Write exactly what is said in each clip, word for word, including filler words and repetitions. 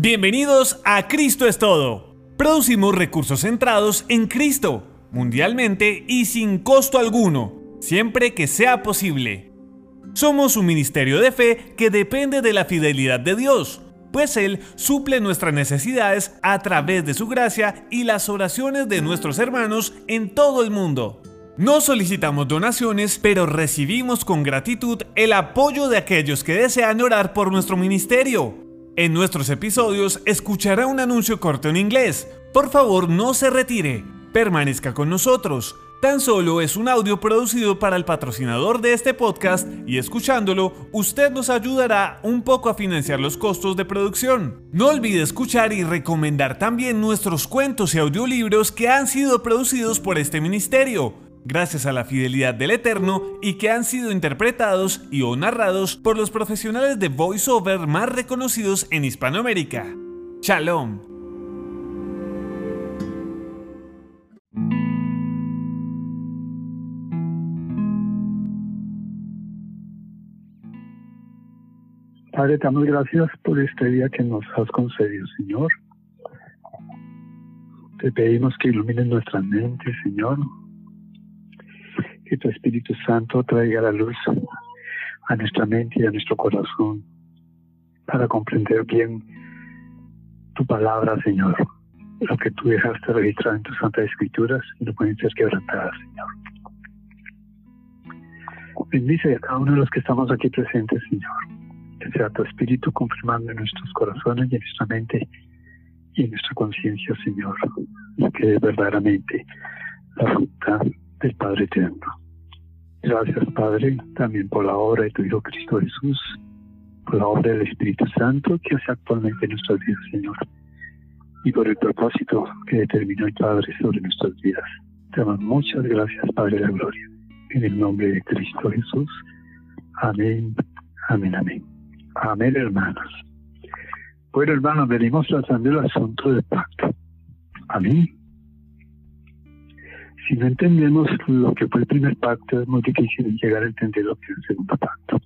Bienvenidos a Cristo es Todo. Producimos recursos centrados en Cristo, mundialmente y sin costo alguno, siempre que sea posible. Somos un ministerio de fe que depende de la fidelidad de Dios, pues Él suple nuestras necesidades a través de su gracia y las oraciones de nuestros hermanos en todo el mundo. No solicitamos donaciones, pero recibimos con gratitud el apoyo de aquellos que desean orar por nuestro ministerio. En nuestros episodios escuchará un anuncio corto en inglés. Por favor, no se retire. Permanezca con nosotros. Tan solo es un audio producido para el patrocinador de este podcast y escuchándolo, usted nos ayudará un poco a financiar los costos de producción. No olvide escuchar y recomendar también nuestros cuentos y audiolibros que han sido producidos por este ministerio, gracias a la fidelidad del Eterno, y que han sido interpretados y o narrados por los profesionales de voiceover más reconocidos en Hispanoamérica. Shalom. Padre, damos gracias por este día que nos has concedido, Señor. Te pedimos que ilumines nuestras mentes, Señor. Que tu Espíritu Santo traiga la luz a nuestra mente y a nuestro corazón para comprender bien tu palabra, Señor. Lo que tú dejaste registrado en tus santas escrituras y no pueden ser quebrantadas, Señor. Bendice a cada uno de los que estamos aquí presentes, Señor. Que sea tu Espíritu confirmando en nuestros corazones y en nuestra mente y en nuestra conciencia, Señor, lo que es verdaderamente la voluntad del Padre Eterno. Gracias, Padre, también por la obra de tu Hijo Cristo Jesús, por la obra del Espíritu Santo que hace actualmente en nuestras vidas, Señor, y por el propósito que determinó el Padre sobre nuestras vidas. Te damos muchas gracias, Padre de la Gloria, en el nombre de Cristo Jesús. Amén, amén, amén. Amén, hermanos. Bueno, hermanos, venimos tratando el asunto del pacto. Amén. Si no entendemos lo que fue el primer pacto, es muy difícil llegar a entender lo que es el segundo pacto.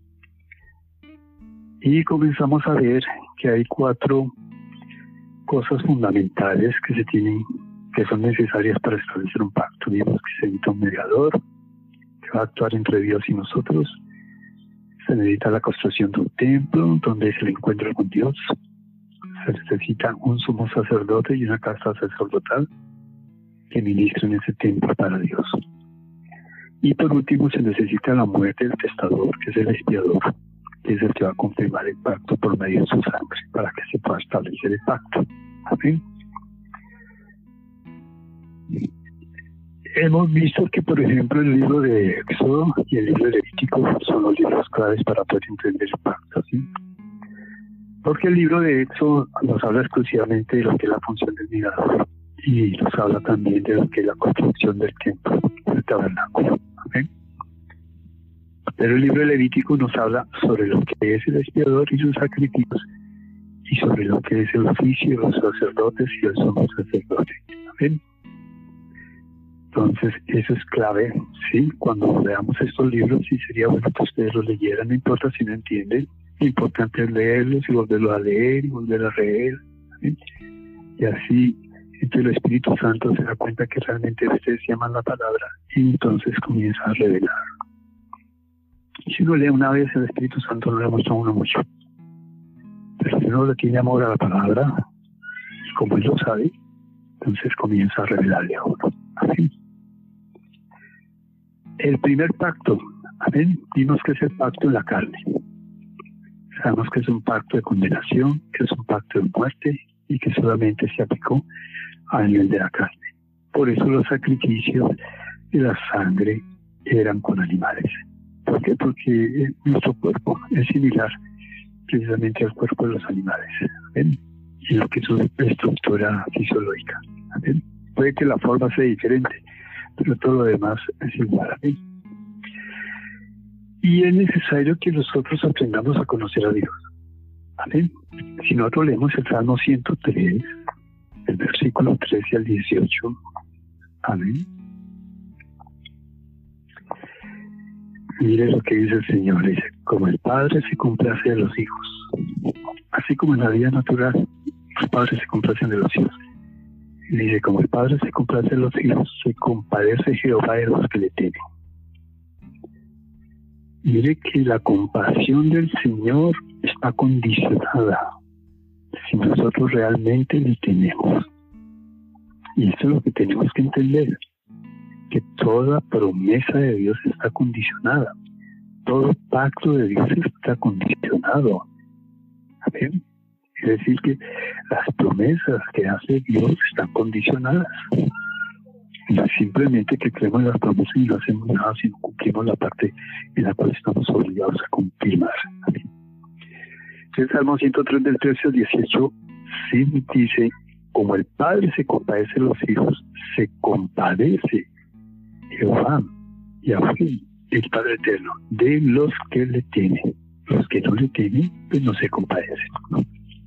Y comenzamos a ver que hay cuatro cosas fundamentales que se tienen, que son necesarias para establecer un pacto. Vimos que se necesita un mediador, que va a actuar entre Dios y nosotros. Se necesita la construcción de un templo, donde es el encuentro con Dios. Se necesita un sumo sacerdote y una casa sacerdotal que ministren ese templo para Dios. Y por último se necesita la muerte del testador, que es el expiador, que es el que va a confirmar el pacto por medio de su sangre, para que se pueda establecer el pacto. Amén. Hemos visto que, por ejemplo, el libro de Éxodo y el libro de Levítico son los libros claves para poder entender el pacto, ¿sí? Porque el libro de Éxodo nos habla exclusivamente de lo que es la función del mediador, y nos habla también de lo que es la construcción del templo, del tabernáculo. ¿Okay? Pero el libro de Levítico nos habla sobre lo que es el expiador y sus sacrificios, y sobre lo que es el oficio de los sacerdotes y el sumo sacerdote. ¿Okay? Entonces, eso es clave, ¿sí? Cuando veamos estos libros, sí sería bueno que ustedes los leyeran, no importa si no entienden, lo importante es leerlos y volverlos a leer y volver a leer, ¿sí? Y así, entonces el Espíritu Santo se da cuenta que realmente ustedes llaman la palabra y entonces comienza a revelar. Y si uno lee una vez, el Espíritu Santo no le muestra a uno mucho. Pero si uno le tiene amor a la palabra, y como él lo sabe, entonces comienza a revelarle a uno. Amén. El primer pacto, amén, vimos que es el pacto en la carne. Sabemos que es un pacto de condenación, que es un pacto de muerte y que solamente se aplicó a nivel de la carne. Por eso los sacrificios de la sangre eran con animales. ¿Por qué? Porque nuestro cuerpo es similar precisamente al cuerpo de los animales, ¿ven? Y lo que es su estructura fisiológica, ¿ven? Puede que la forma sea diferente, pero todo lo demás es igual, ¿ven? Y es necesario que nosotros aprendamos a conocer a Dios. Amén. Si nosotros leemos el Salmo ciento tres, el versículo trece al dieciocho, amén. Mire lo que dice el Señor, dice, como el Padre se complace de los hijos, así como en la vida natural, los padres se complacen de los hijos. Y dice, como el padre se complace de los hijos, se compadece Jehová de los que le temen. Mire que la compasión del Señor está condicionada si nosotros realmente le tenemos. Y eso es lo que tenemos que entender, que toda promesa de Dios está condicionada. Todo pacto de Dios está condicionado. A ver, es decir, que las promesas que hace Dios están condicionadas. No es simplemente que creemos en las promesas y no hacemos nada, sino cumplimos la parte en la cual estamos obligados a confirmar. Amén. El Salmo ciento tres del trece al dieciocho sí dice, como el Padre se compadece de los hijos, se compadece Jehová, Yahweh, el Padre Eterno, de los que le temen. Los que no le temen, pues no se compadecen, ¿no?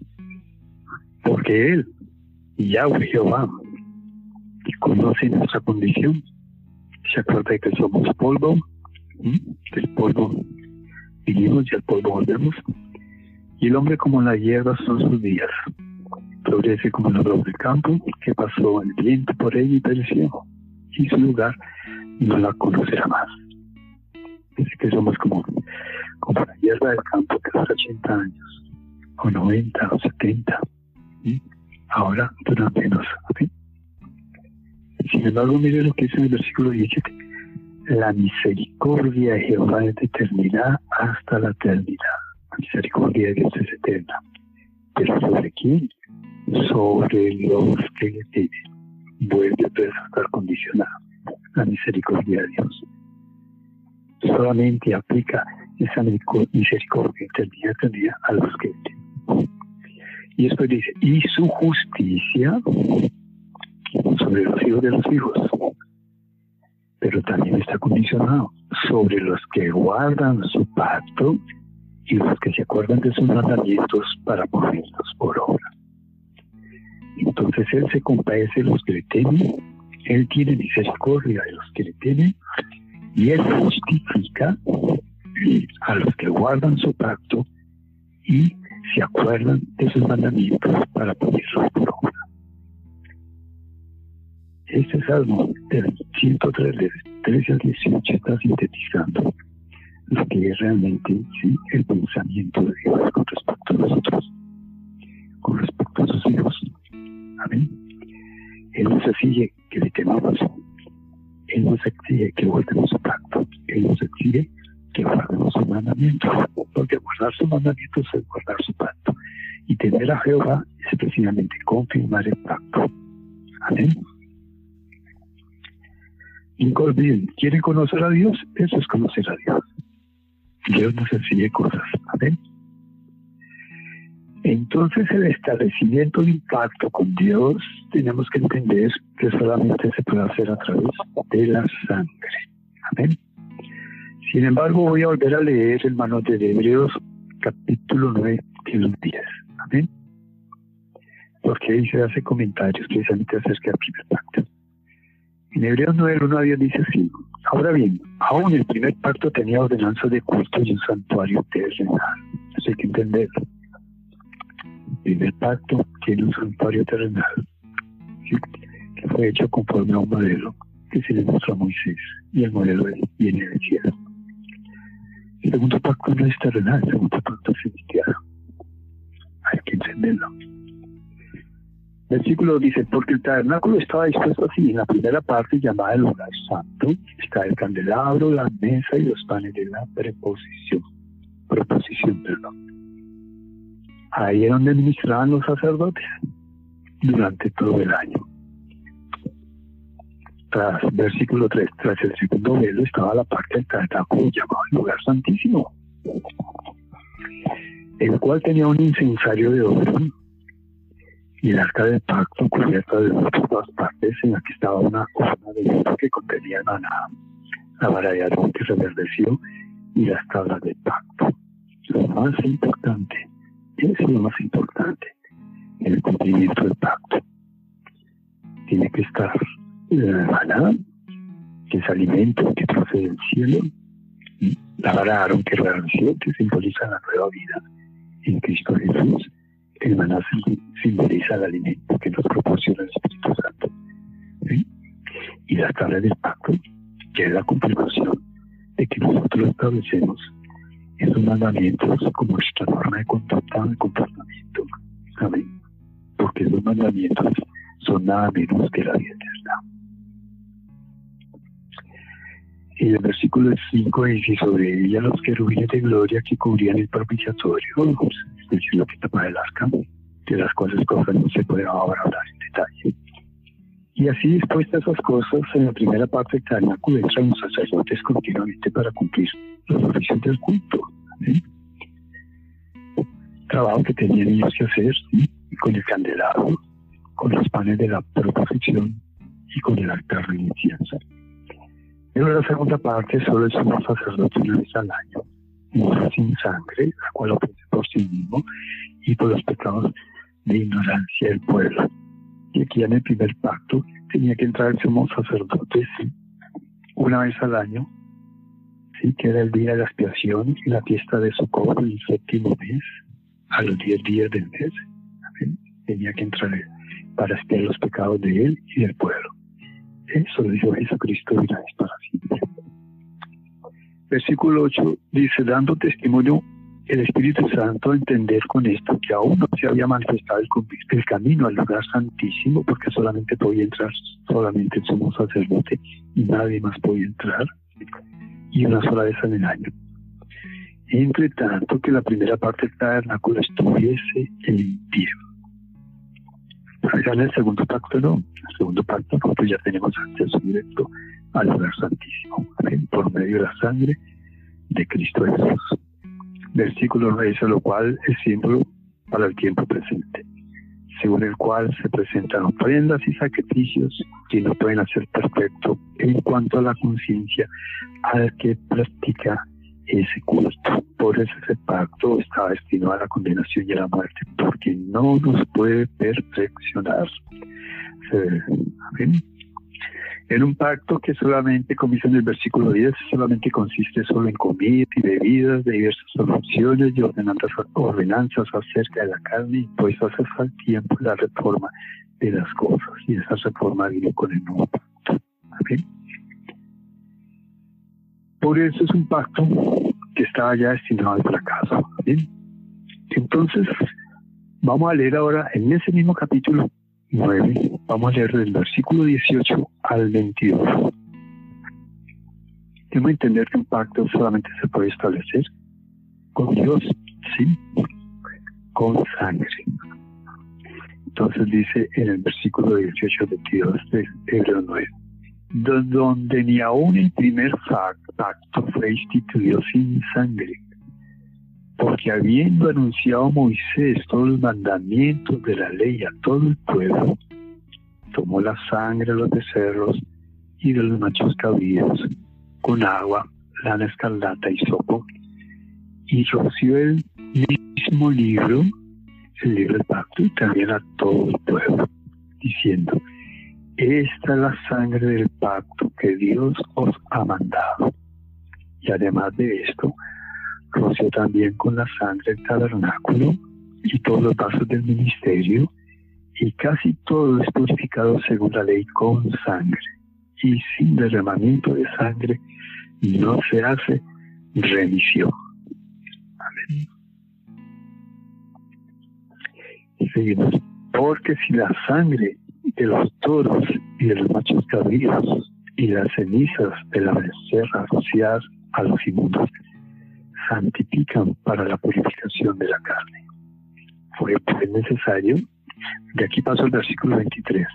Porque Él, Yahweh, Jehová, conoce nuestra condición. Se acuerda de que somos polvo, ¿sí? Del polvo vinimos y al polvo volvemos. Y el hombre como la hierba son sus días. Florece como la flor del campo, que pasó el viento por ella y pereció. Y su lugar no la conocerá más. Dice que somos como, como la hierba del campo que hace ochenta años, o noventa, o setenta. ¿Sí? Ahora duran menos. ¿Sí? Sin embargo, mire lo que dice en el versículo diecisiete. La misericordia de Jehová es de eternidad hasta la eternidad. La misericordia de Dios es eterna. ¿Pero sobre quién? Sobre los que le temen. Vuelve a estar condicionada. La misericordia de Dios solamente aplica esa misericordia, eternidad, eternidad a los que le temen. Y después dice, y su justicia sobre los hijos de los hijos, pero también está condicionado sobre los que guardan su pacto y los que se acuerdan de sus mandamientos para ponerlos por obra. Entonces Él se compadece de los que le temen, Él tiene misericordia de los que le temen, y Él justifica a los que guardan su pacto y se acuerdan de sus mandamientos para ponerlos por obra. Este salmo del ciento tres, del trece al dieciocho, está sintetizando lo que es realmente, sí, el pensamiento de Dios con respecto a nosotros, con respecto a sus hijos. Amén. Él nos exige que le temamos. Él nos exige que guardemos su pacto. Él nos exige que guardemos sus mandamientos. Porque guardar sus mandamientos es guardar su pacto. Y temer a Jehová es precisamente confirmar el pacto. Amén. Y no olviden, ¿quieren conocer a Dios? Eso es conocer a Dios. Dios nos enseña cosas. Amén. Entonces, el establecimiento de un pacto con Dios, tenemos que entender que solamente se puede hacer a través de la sangre. Amén. Sin embargo, voy a volver a leer el manual de Hebreos, capítulo nueve, y los diez. Amén. Porque ahí se hace comentarios precisamente acerca del primer pacto. En Hebreos nueve, el uno a diez dice así: ahora bien, aún el primer pacto tenía ordenanzas de culto y un santuario terrenal. Eso hay que entenderlo. El primer pacto tiene un santuario terrenal, ¿sí? Que fue hecho conforme a un modelo que se le mostró a Moisés, y el modelo viene del cielo. El segundo pacto no es terrenal, el segundo pacto es celestial. Hay que entenderlo. El versículo dice, porque el tabernáculo estaba dispuesto así: en la primera parte, llamada el lugar santo, está el candelabro, la mesa y los panes de la preposición. Proposición, perdón. Ahí es donde ministraban los sacerdotes durante todo el año. Tras versículo tres, tras el segundo velo estaba la parte del tabernáculo llamado el lugar santísimo, el cual tenía un incensario de oro y el arca del pacto cubierta de dos partes, en la que estaba una corona de oro que contenía maná, la vara de Aarón que reverdeció y las tablas del pacto. Lo más importante, eso es lo más importante, el cumplimiento del pacto. Tiene que estar la maná, que es alimento que procede del cielo, la vara de Aarón que reverdeció, que simboliza la nueva vida en Cristo Jesús, el maná simboliza el alimento que nos proporciona el Espíritu Santo, ¿sí? Y las tablas del pacto, que es la confirmación de que nosotros establecemos esos mandamientos como nuestra norma de conducta, de comportamiento. Amén. Porque esos mandamientos son nada menos que la vida eterna. Y el versículo cinco dice: sobre ella los querubines de gloria que cubrían el propiciatorio, es decir, lo que tapa el arca, de las cuales cosas no se puede ahora hablar en detalle. Y así dispuestas esas cosas, en la primera parte del tabernáculo entran los sacerdotes continuamente para cumplir los oficios del culto, ¿sí? Trabajo que tenían ellos que hacer, ¿sí? Con el candelabro, con los panes de la proposición y con el altar de incienso. Pero la segunda parte solo es un sacerdote una vez al año, muere sin sangre, la cual ofrece por sí mismo y por los pecados de ignorancia del pueblo. Y aquí en el primer pacto tenía que entrar el sumo sacerdote, ¿sí? Una vez al año, ¿sí? Que era el día de la expiación y la fiesta de Sukkot, el séptimo mes, a los diez días del mes. ¿Sí? Tenía que entrar él para expiar los pecados de él y del pueblo. Eso lo dijo Jesucristo una vez para siempre. Versículo ocho dice: dando testimonio el Espíritu Santo a entender con esto que aún no se había manifestado el, el camino al lugar santísimo, porque solamente podía entrar solamente el sumo sacerdote y nadie más podía entrar, y una sola vez en el año. Entre tanto que la primera parte del tabernáculo estuviese en pie. Pero ya en el segundo pacto no. En el segundo pacto nosotros ya tenemos acceso directo al lugar santísimo, ¿sí? Por medio de la sangre de Cristo Jesús. Versículo nueve dice: lo cual es símbolo para el tiempo presente, según el cual se presentan ofrendas y sacrificios que no pueden hacer perfecto en cuanto a la conciencia al que practica ese culto. Por eso ese pacto estaba destinado a la condenación y a la muerte, porque no nos puede perfeccionar. ¿Amén? En un pacto que solamente, como dice en el versículo diez, solamente consiste solo en comida y bebidas de diversas opciones y ordenanzas, ordenanzas acerca de la carne, y pues hace al tiempo la reforma de las cosas, y esa reforma vino con el nuevo pacto. ¿Amén? Por eso es un pacto que estaba ya destinado al fracaso. ¿Amén? Entonces, vamos a leer ahora en ese mismo capítulo nueve, vamos a leer del versículo dieciocho al veintidós. Tenemos que entender que un pacto solamente se puede establecer con Dios, ¿sí? Con sangre. Entonces dice en el versículo dieciocho al veintidós de Hebreos nueve: donde ni aún el primer pacto fue instituido sin sangre, porque habiendo anunciado Moisés todos los mandamientos de la ley a todo el pueblo, tomó la sangre de los becerros y de los machos cabríos con agua, lana escarlata y hisopo, y roció el mismo libro, el libro del pacto, y también a todo el pueblo, diciendo: esta es la sangre del pacto que Dios os ha mandado. Y además de esto, roció también con la sangre el tabernáculo y todos los vasos del ministerio, y casi todo es purificado según la ley con sangre, y sin derramamiento de sangre no se hace remisión. Amén. Y seguimos: porque si la sangre de los toros y de los machos cabríos y las cenizas de la becerra rociadas a los inmundos santifican para la purificación de la carne, fue pues necesario. De aquí paso al versículo veintitrés.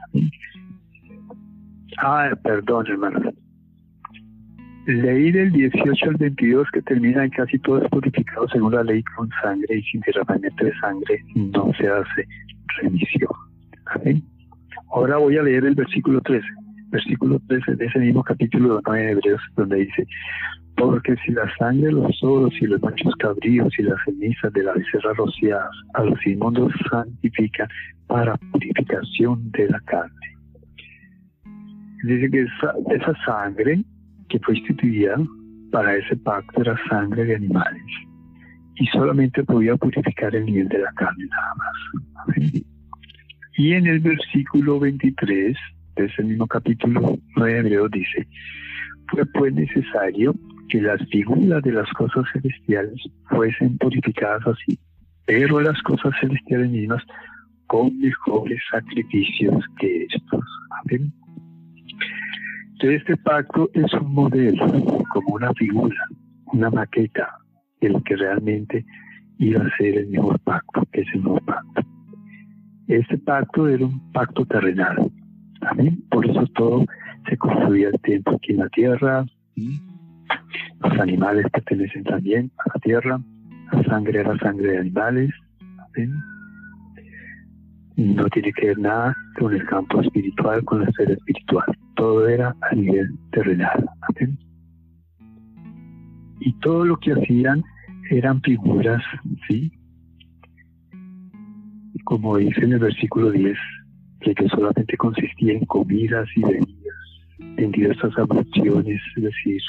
Ah, perdón, hermano. Leí del dieciocho al veintidós, que termina en casi todo es purificado según la ley con sangre, y sin derramamiento de sangre no se hace remisión. Amén. Ahora voy a leer el versículo trece. Versículo trece de ese mismo capítulo nueve de Hebreos, donde dice: porque si la sangre de los toros y los machos cabríos y las cenizas de la becerra rociadas a los inmundos santifican para purificación de la carne. Dice que esa, esa sangre que fue instituida para ese pacto era sangre de animales. y solamente podía purificar el nivel de la carne nada más. Amén. Y en el versículo veintitrés de ese mismo capítulo nueve de Hebreos dice: fue pues necesario que las figuras de las cosas celestiales fuesen purificadas así, pero las cosas celestiales mismas con mejores sacrificios que estos. Amén. Entonces, este pacto es un modelo, como una figura, una maqueta de lo que realmente iba a ser el mejor pacto, que es el nuevo pacto. Este pacto era un pacto terrenal. Amén. Por eso todo se construía el templo aquí en la tierra. Los animales pertenecen también a la tierra. La sangre era sangre de animales. Amén. No tiene que ver nada con el campo espiritual, con la esfera espiritual. Todo era a nivel terrenal. Amén. Y todo lo que hacían eran figuras, ¿sí? Como dice en el versículo diez, que, que solamente consistía en comidas y bebidas, en diversas abluciones, es decir,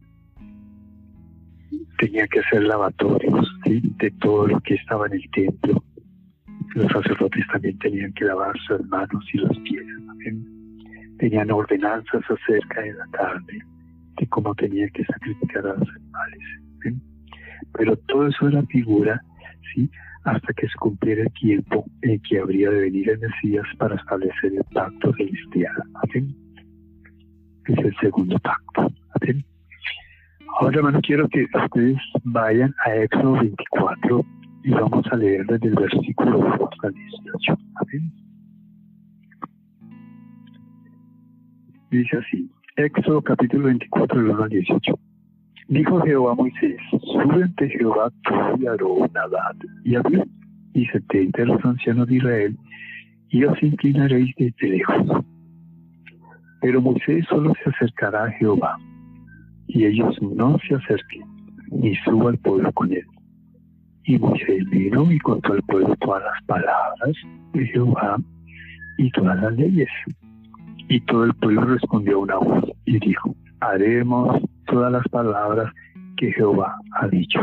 tenía que hacer lavatorios, ¿sí?, de todo lo que estaba en el templo. Los sacerdotes también tenían que lavarse las manos y los pies. ¿Amén? Tenían ordenanzas acerca de la carne, de cómo tenían que sacrificar a los animales. ¿Amén? Pero todo eso era figura, ¿sí?, hasta que se cumpliera el tiempo en que habría de venir el Mesías para establecer el pacto celestial. ¿Amén? Es el segundo pacto. ¿Amén? Ahora, hermano, quiero que ustedes vayan a Éxodo veinticuatro y vamos a leer desde el versículo dos al dieciocho. ¿Amén? Dice así, Éxodo capítulo veinticuatro, del uno al dieciocho. Dijo Jehová a Moisés: sube ante Jehová tú y Aarón, Nadab y Abiú, y setenta de los ancianos de Israel, y os inclinaréis desde lejos. Pero Moisés solo se acercará a Jehová, y ellos no se acerquen, ni suba el pueblo con él. Y Moisés vino y contó al pueblo todas las palabras de Jehová y todas las leyes. Y todo el pueblo respondió a una voz y dijo: haremos todas las palabras que Jehová ha dicho.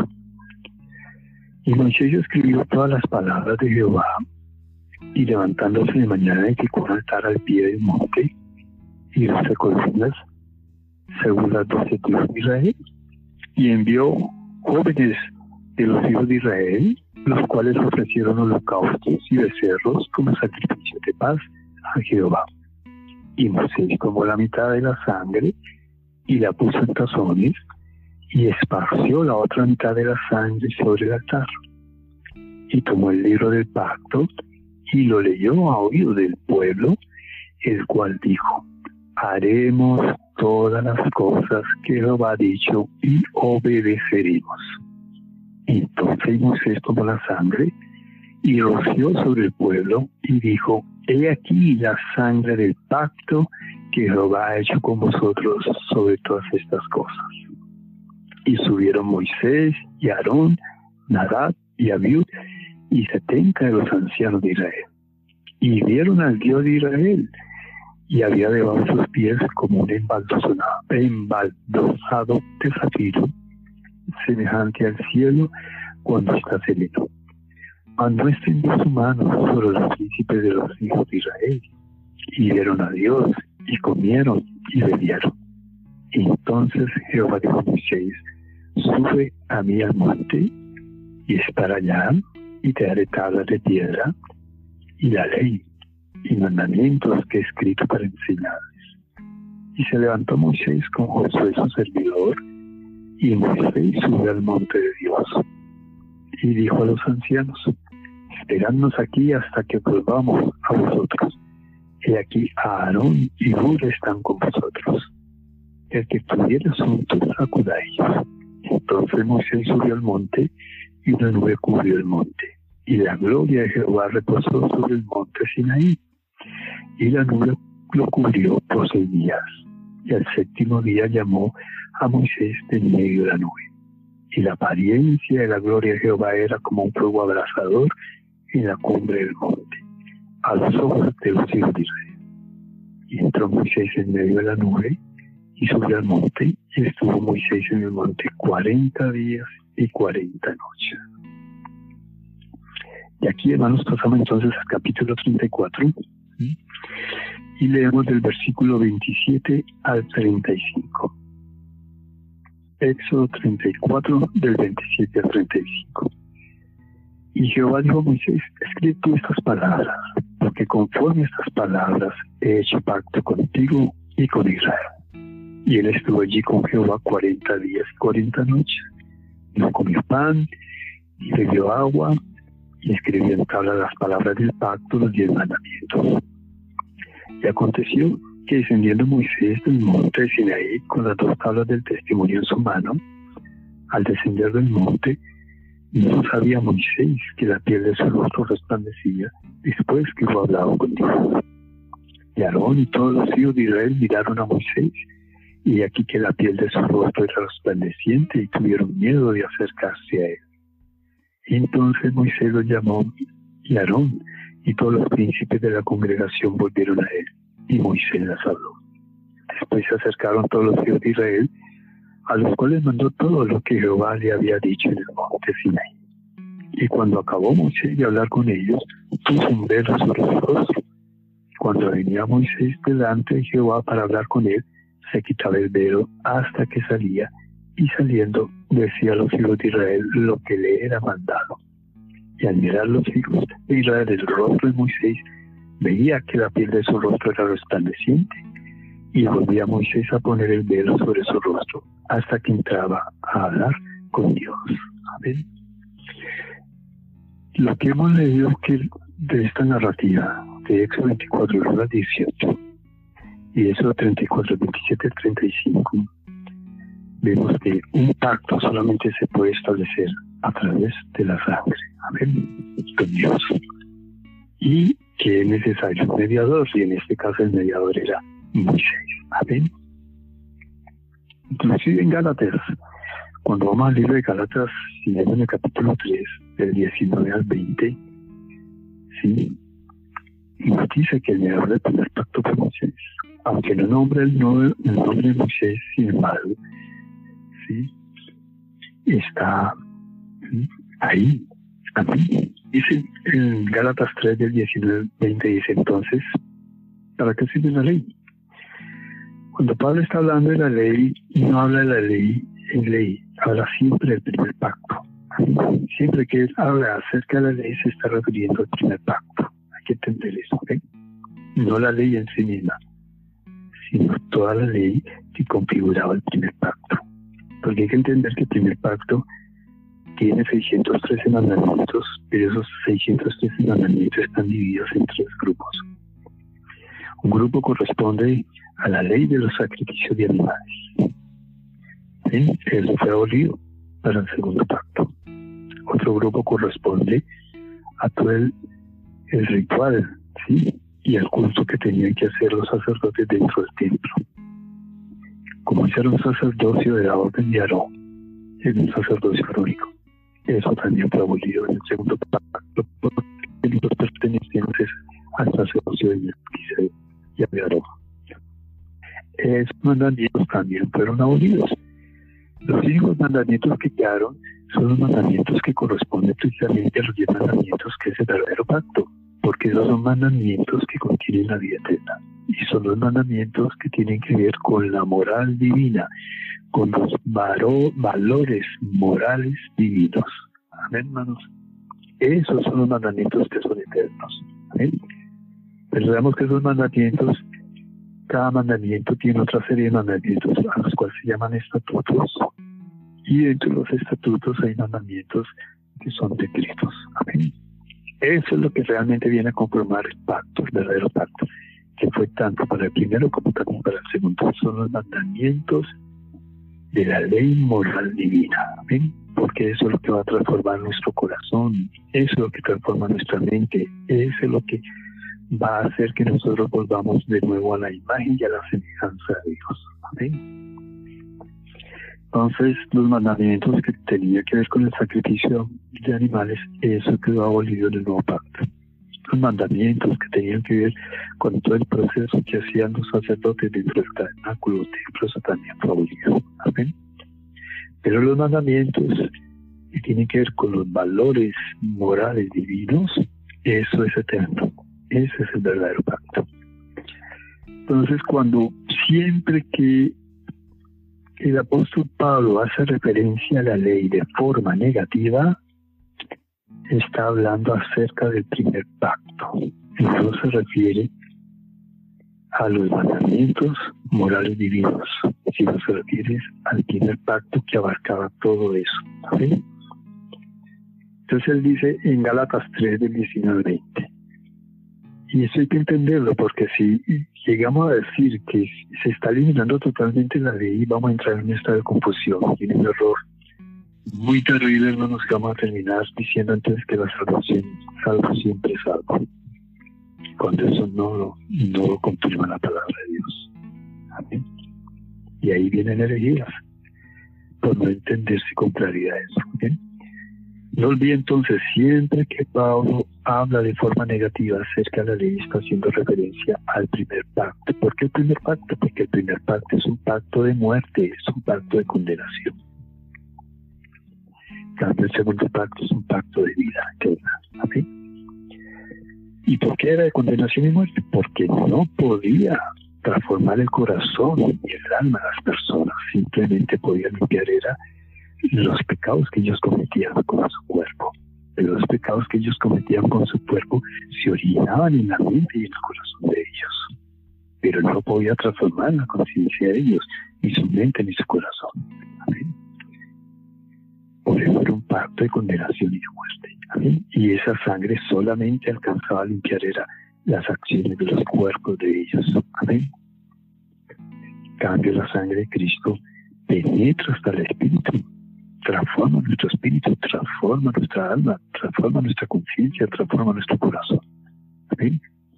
Y Moisés escribió todas las palabras de Jehová, y levantándose de mañana edificó un altar al pie del monte, y doce columnas, según las doce tribus de Israel, y envió jóvenes de los hijos de Israel, los cuales ofrecieron holocaustos y becerros como sacrificio de paz a Jehová. Y Moisés tomó la mitad de la sangre y la puso en tazones, y esparció la otra mitad de la sangre sobre el altar. Y tomó el libro del pacto y lo leyó a oído del pueblo, el cual dijo: haremos todas las cosas que Jehová ha dicho y obedeceremos. Entonces Moisés tomó la sangre y roció sobre el pueblo y dijo: he aquí la sangre del pacto que Jehová ha hecho con vosotros sobre todas estas cosas. Y subieron Moisés y Aarón, Nadab y Abiú, y setenta de los ancianos de Israel. Y vieron al Dios de Israel, y había debajo de sus pies como un embaldosado, embaldosado de zafiro, semejante al cielo cuando está sereno. Mandó extendió su mano sobre los príncipes de los hijos de Israel, y vieron a Dios, y comieron y bebieron. Entonces Jehová dijo a Moisés: sube a mí al monte, y estará allá, y te daré tablas de piedra, y la ley, y mandamientos que he escrito para enseñarles. Y se levantó Moisés con Josué su servidor, y Moisés subió al monte de Dios. Y dijo a los ancianos: esperadnos aquí hasta que volvamos a vosotros. He aquí Aarón y Hur están con vosotros. El que tuviere asuntos, acuda a ellos. Entonces Moisés subió al monte, y una nube cubrió el monte. Y la gloria de Jehová reposó sobre el monte Sinaí. Y la nube lo cubrió por seis días. Y al séptimo día llamó a Moisés de en medio de la nube. Y la apariencia de la gloria de Jehová era como un fuego abrasador en la cumbre del monte, a los ojos de los hijos de Israel. Y entró Moisés en medio de la nube, y subió al monte, y estuvo Moisés en el monte cuarenta días y cuarenta noches. Y aquí, hermanos, pasamos entonces al capítulo treinta y cuatro, ¿sí? Y leemos del versículo veintisiete al treinta y cinco. Éxodo treinta y cuatro, del veintisiete al treinta y cinco. Y Jehová dijo a Moisés: escribe tú estas palabras, porque conforme a estas palabras he hecho pacto contigo y con Israel. Y él estuvo allí con Jehová cuarenta días y cuarenta noches. No comió pan, ni bebió agua, y escribió en tabla las palabras del pacto, los diez mandamientos. Y aconteció que descendiendo Moisés del monte de Sinaí con las dos tablas del testimonio en su mano, al descender del monte, no sabía Moisés que la piel de su rostro resplandecía después que hubo hablado con Dios. Y Aarón y todos los hijos de Israel miraron a Moisés, y aquí que la piel de su rostro era resplandeciente, y tuvieron miedo de acercarse a él. Y entonces Moisés los llamó, y Aarón y todos los príncipes de la congregación volvieron a él, y Moisés las habló. Después se acercaron todos los hijos de Israel, a los cuales mandó todo lo que Jehová le había dicho en el monte Sinaí. Y cuando acabó Moisés de hablar con ellos, puso un velo sobre su rostro. Cuando venía Moisés delante de Jehová para hablar con él, se quitaba el velo hasta que salía, y saliendo decía a los hijos de Israel lo que le era mandado. Y al mirar los hijos de Israel el rostro de Moisés, veía que la piel de su rostro era resplandeciente, y volvía Moisés a poner el velo sobre su rostro hasta que entraba a hablar con Dios. Amén. Lo que hemos leído que de esta narrativa de Éxodo veinticuatro al dieciocho y Éxodo treinta y cuatro, veintisiete al treinta y cinco, vemos que un pacto solamente se puede establecer a través de la sangre. Amén. Con Dios. Y que es necesario un mediador, y en este caso el mediador era Moisés. Amén. Inclusive en Gálatas, cuando vamos al libro de Gálatas, si leemos en el capítulo tres, del diecinueve al veinte, ¿sí? Nos dice que el mediador del primer pacto fue Moisés. Aunque no nombra el, no, el nombre de Moisés, sin embargo, ¿sí? Está ¿sí? ahí. Amén. Dice en Gálatas tres, del diecinueve al veinte, dice entonces, ¿para qué sirve la ley? Cuando Pablo está hablando de la ley, no habla de la ley en ley, habla siempre del primer pacto. Siempre que él habla acerca de la ley, se está refiriendo al primer pacto. Hay que entender eso, ¿ok? No la ley en sí misma, sino toda la ley que configuraba el primer pacto. Porque hay que entender que el primer pacto tiene seiscientos trece mandamientos, pero esos seiscientos trece mandamientos están divididos en tres grupos. Un grupo corresponde a la ley de los sacrificios de animales. ¿Sí? Eso fue abolido para el segundo pacto. Otro grupo corresponde a todo el, el ritual, ¿sí? Y al culto que tenían que hacer los sacerdotes dentro del templo. Como ese era un sacerdocio de la orden de Aarón, es un sacerdocio arónico. Eso también fue abolido en el segundo pacto, porque los pertenecientes al sacerdocio de Melquisedec y de Aarón. Esos mandamientos también fueron abolidos. Los únicos mandamientos que quedaron son los mandamientos que corresponden precisamente a los diez mandamientos, que es el verdadero pacto, porque esos son mandamientos que contienen la vida eterna, y son los mandamientos que tienen que ver con la moral divina, con los varo, valores morales divinos. Amén, hermanos. Esos son los mandamientos que son eternos. Amén. Pero veamos que esos mandamientos, cada mandamiento tiene otra serie de mandamientos a los cuales se llaman estatutos, y dentro de los estatutos hay mandamientos que son decretos. Amén. Eso es lo que realmente viene a conformar el pacto, el verdadero pacto, que fue tanto para el primero como también para el segundo. Son los mandamientos de la ley moral divina. Amén. Porque eso es lo que va a transformar nuestro corazón, eso es lo que transforma nuestra mente, eso es lo que va a hacer que nosotros volvamos de nuevo a la imagen y a la semejanza de Dios. Amén. Entonces, los mandamientos que tenían que ver con el sacrificio de animales, eso quedó abolido en el nuevo pacto. Los mandamientos que tenían que ver con todo el proceso que hacían los sacerdotes dentro del tabernáculo, templo, eso también fue abolido. Amén. Pero los mandamientos y tiene que ver con los valores morales divinos, eso es eterno. Ese es el verdadero pacto. Entonces, cuando siempre que el apóstol Pablo hace referencia a la ley de forma negativa, está hablando acerca del primer pacto. Y no se refiere a los mandamientos morales divinos, sino se refiere al primer pacto que abarcaba todo eso. ¿Sí? Entonces él dice en Gálatas tres, del diecinueve al veinte. Y eso hay que entenderlo, porque si llegamos a decir que se está eliminando totalmente la ley, vamos a entrar en un estado de confusión, tiene un error muy terrible, hermanos, que vamos a terminar diciendo entonces que la salvación, salvo siempre es salvo, cuando eso no lo, no lo confirma la palabra de Dios. Amén. Y ahí vienen herejías, por no entenderse con claridad eso. ¿Okay? No olvide entonces, siempre que Pablo habla de forma negativa acerca de la ley, está haciendo referencia al primer pacto. ¿Por qué el primer pacto? Porque el primer pacto es un pacto de muerte, es un pacto de condenación. En cambio, el segundo pacto es un pacto de vida eterna. ¿Amén? ¿Y por qué era de condenación y muerte? Porque no podía transformar el corazón y el alma de las personas, simplemente podía limpiar era los pecados que ellos cometían con su cuerpo. Pero los pecados que ellos cometían con su cuerpo se originaban en la mente y en el corazón de ellos, pero no podía transformar la conciencia de ellos, ni su mente ni su corazón. Amén. Por eso era un pacto de condenación y de muerte. Amén. Y esa sangre solamente alcanzaba a limpiar era las acciones de los cuerpos de ellos. Amén. En cambio, la sangre de Cristo penetra hasta el espíritu, transforma nuestro espíritu, transforma nuestra alma, transforma nuestra conciencia, transforma nuestro corazón. ¿Sí?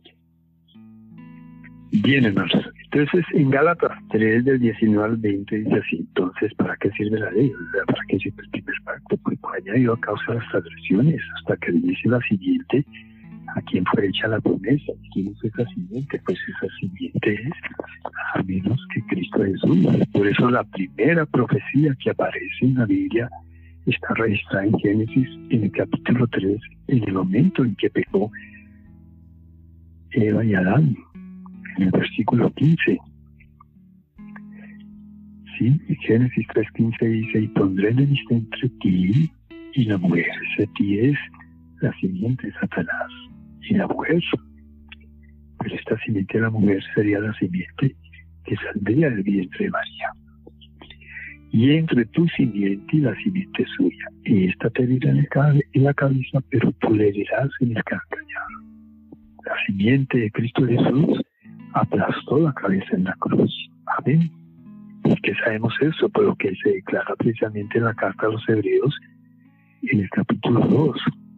Bien, hermanos. Entonces, en Gálatas tres, del diecinueve al veinte, dice así: entonces, ¿para qué sirve la ley? O sea, ¿para qué sirve el primer pacto? Pues fue añadido a causa de las transgresiones, hasta que viniese la siguiente, a quien fue hecha la promesa. ¿Quién es esa siguiente? Pues esa siguiente es a menos que Cristo Jesús. Por eso la primera profecía que aparece en la Biblia está registrada en Génesis, en el capítulo tres, en el momento en que pecó Eva y Adán, en el versículo quince. Sí, en Génesis tres quince dice: y pondré enemistad entre ti y la mujer. Ese ti es la simiente de Satanás y la mujer. Pero esta simiente de la mujer sería la simiente que saldría del vientre de María. Y entre tu simiente y la simiente suya, y esta te herirá en, en la cabeza, pero tú le herirás en el calcañar. La simiente de Cristo Jesús aplastó la cabeza en la cruz. Amén. ¿Por qué sabemos eso? Por lo que se declara precisamente en la carta a los Hebreos, en el capítulo dos.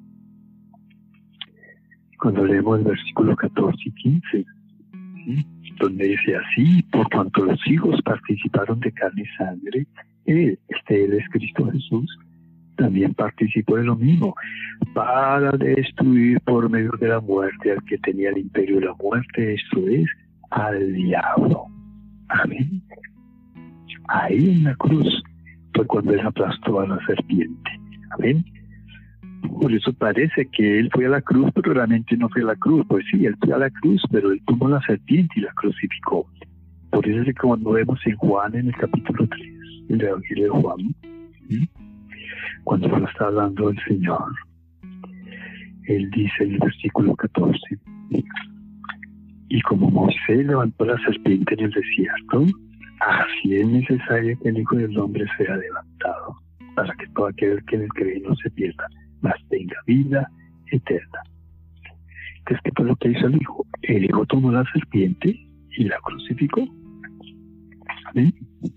Cuando leemos el versículo catorce y quince, ¿sí? Donde dice así: por cuanto los hijos participaron de carne y sangre, él, este él es Cristo Jesús, también participó de lo mismo, para destruir por medio de la muerte al que tenía el imperio de la muerte, esto es, al diablo. Amén. Ahí en la cruz fue cuando él aplastó a la serpiente. Amén. Por eso parece que él fue a la cruz, pero realmente no fue a la cruz. Pues sí, él fue a la cruz, pero él tomó la serpiente y la crucificó. Por eso es que cuando vemos en Juan, en el capítulo tres, en el Evangelio de Juan, ¿sí? Cuando lo está hablando el Señor, él dice en el versículo catorce: y como Moisés levantó la serpiente en el desierto, así es necesario que el Hijo del Hombre sea levantado, para que todo aquel que en él cree no se pierda, mas tenga vida eterna. Entonces, ¿qué fue lo que hizo el Hijo? El Hijo tomó la serpiente y la crucificó. ¿Sí?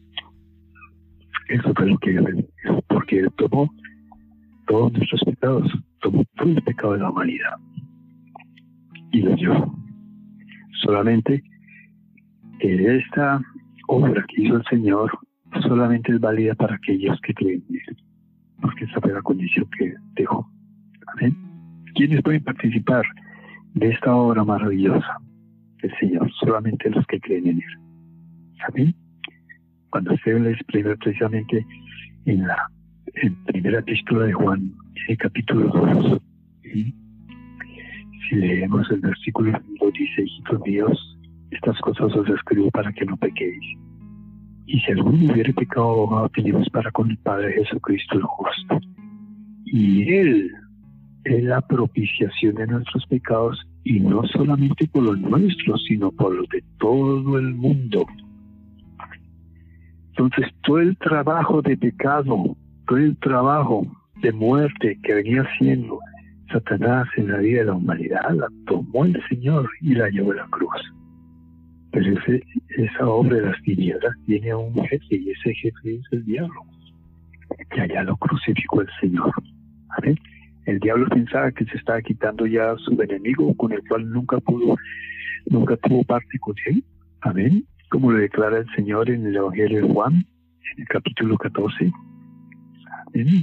Eso fue lo que hizo, porque él tomó todos nuestros pecados, tomó todo el pecado de la humanidad y lo llevó. Solamente que esta obra que hizo el Señor solamente es válida para aquellos que creen en él, porque esa fue la condición que dejó. Amén. ¿Quiénes pueden participar de esta obra maravillosa del Señor? Solamente los que creen en él. Amén. Cuando se les expresa precisamente en la en primera epístola de Juan, en el capítulo dos, ¿sí? Si leemos el versículo dos, dice: hijitos míos, estas cosas os escribo para que no pequéis. Y si alguno hubiere pecado, abogado tenemos para con el Padre, Jesucristo el justo. Y Él es la propiciación de nuestros pecados, y no solamente por los nuestros, sino por los de todo el mundo. Entonces, todo el trabajo de pecado, todo el trabajo de muerte que venía haciendo Satanás en la vida de la humanidad, la tomó el Señor y la llevó a la cruz. Pero ese, esa obra de las tinieblas tiene a un jefe, y ese jefe es el diablo, que allá lo crucificó el Señor. ¿Amén? El diablo pensaba que se estaba quitando ya a su enemigo, con el cual nunca pudo, nunca tuvo parte con él. Amén. Como lo declara el Señor en el Evangelio de Juan, en el capítulo catorce. Amén.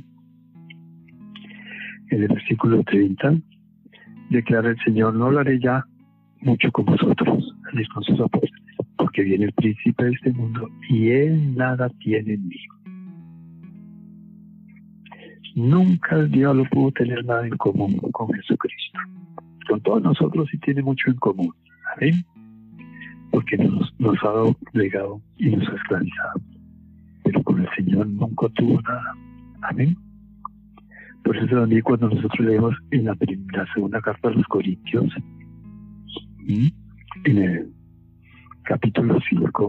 En el versículo treinta, declara el Señor: no hablaré ya mucho con vosotros, con sus apóstoles, porque viene el príncipe de este mundo, y él nada tiene en mí. Nunca el diablo pudo tener nada en común con Jesucristo. Con todos nosotros sí tiene mucho en común. Amén. Porque nos, nos ha obligado y nos ha esclavizado. Pero con el Señor nunca tuvo nada. Amén. Por eso también cuando nosotros leemos en la, primera, la segunda carta a los Corintios, ¿sí? En el capítulo cinco,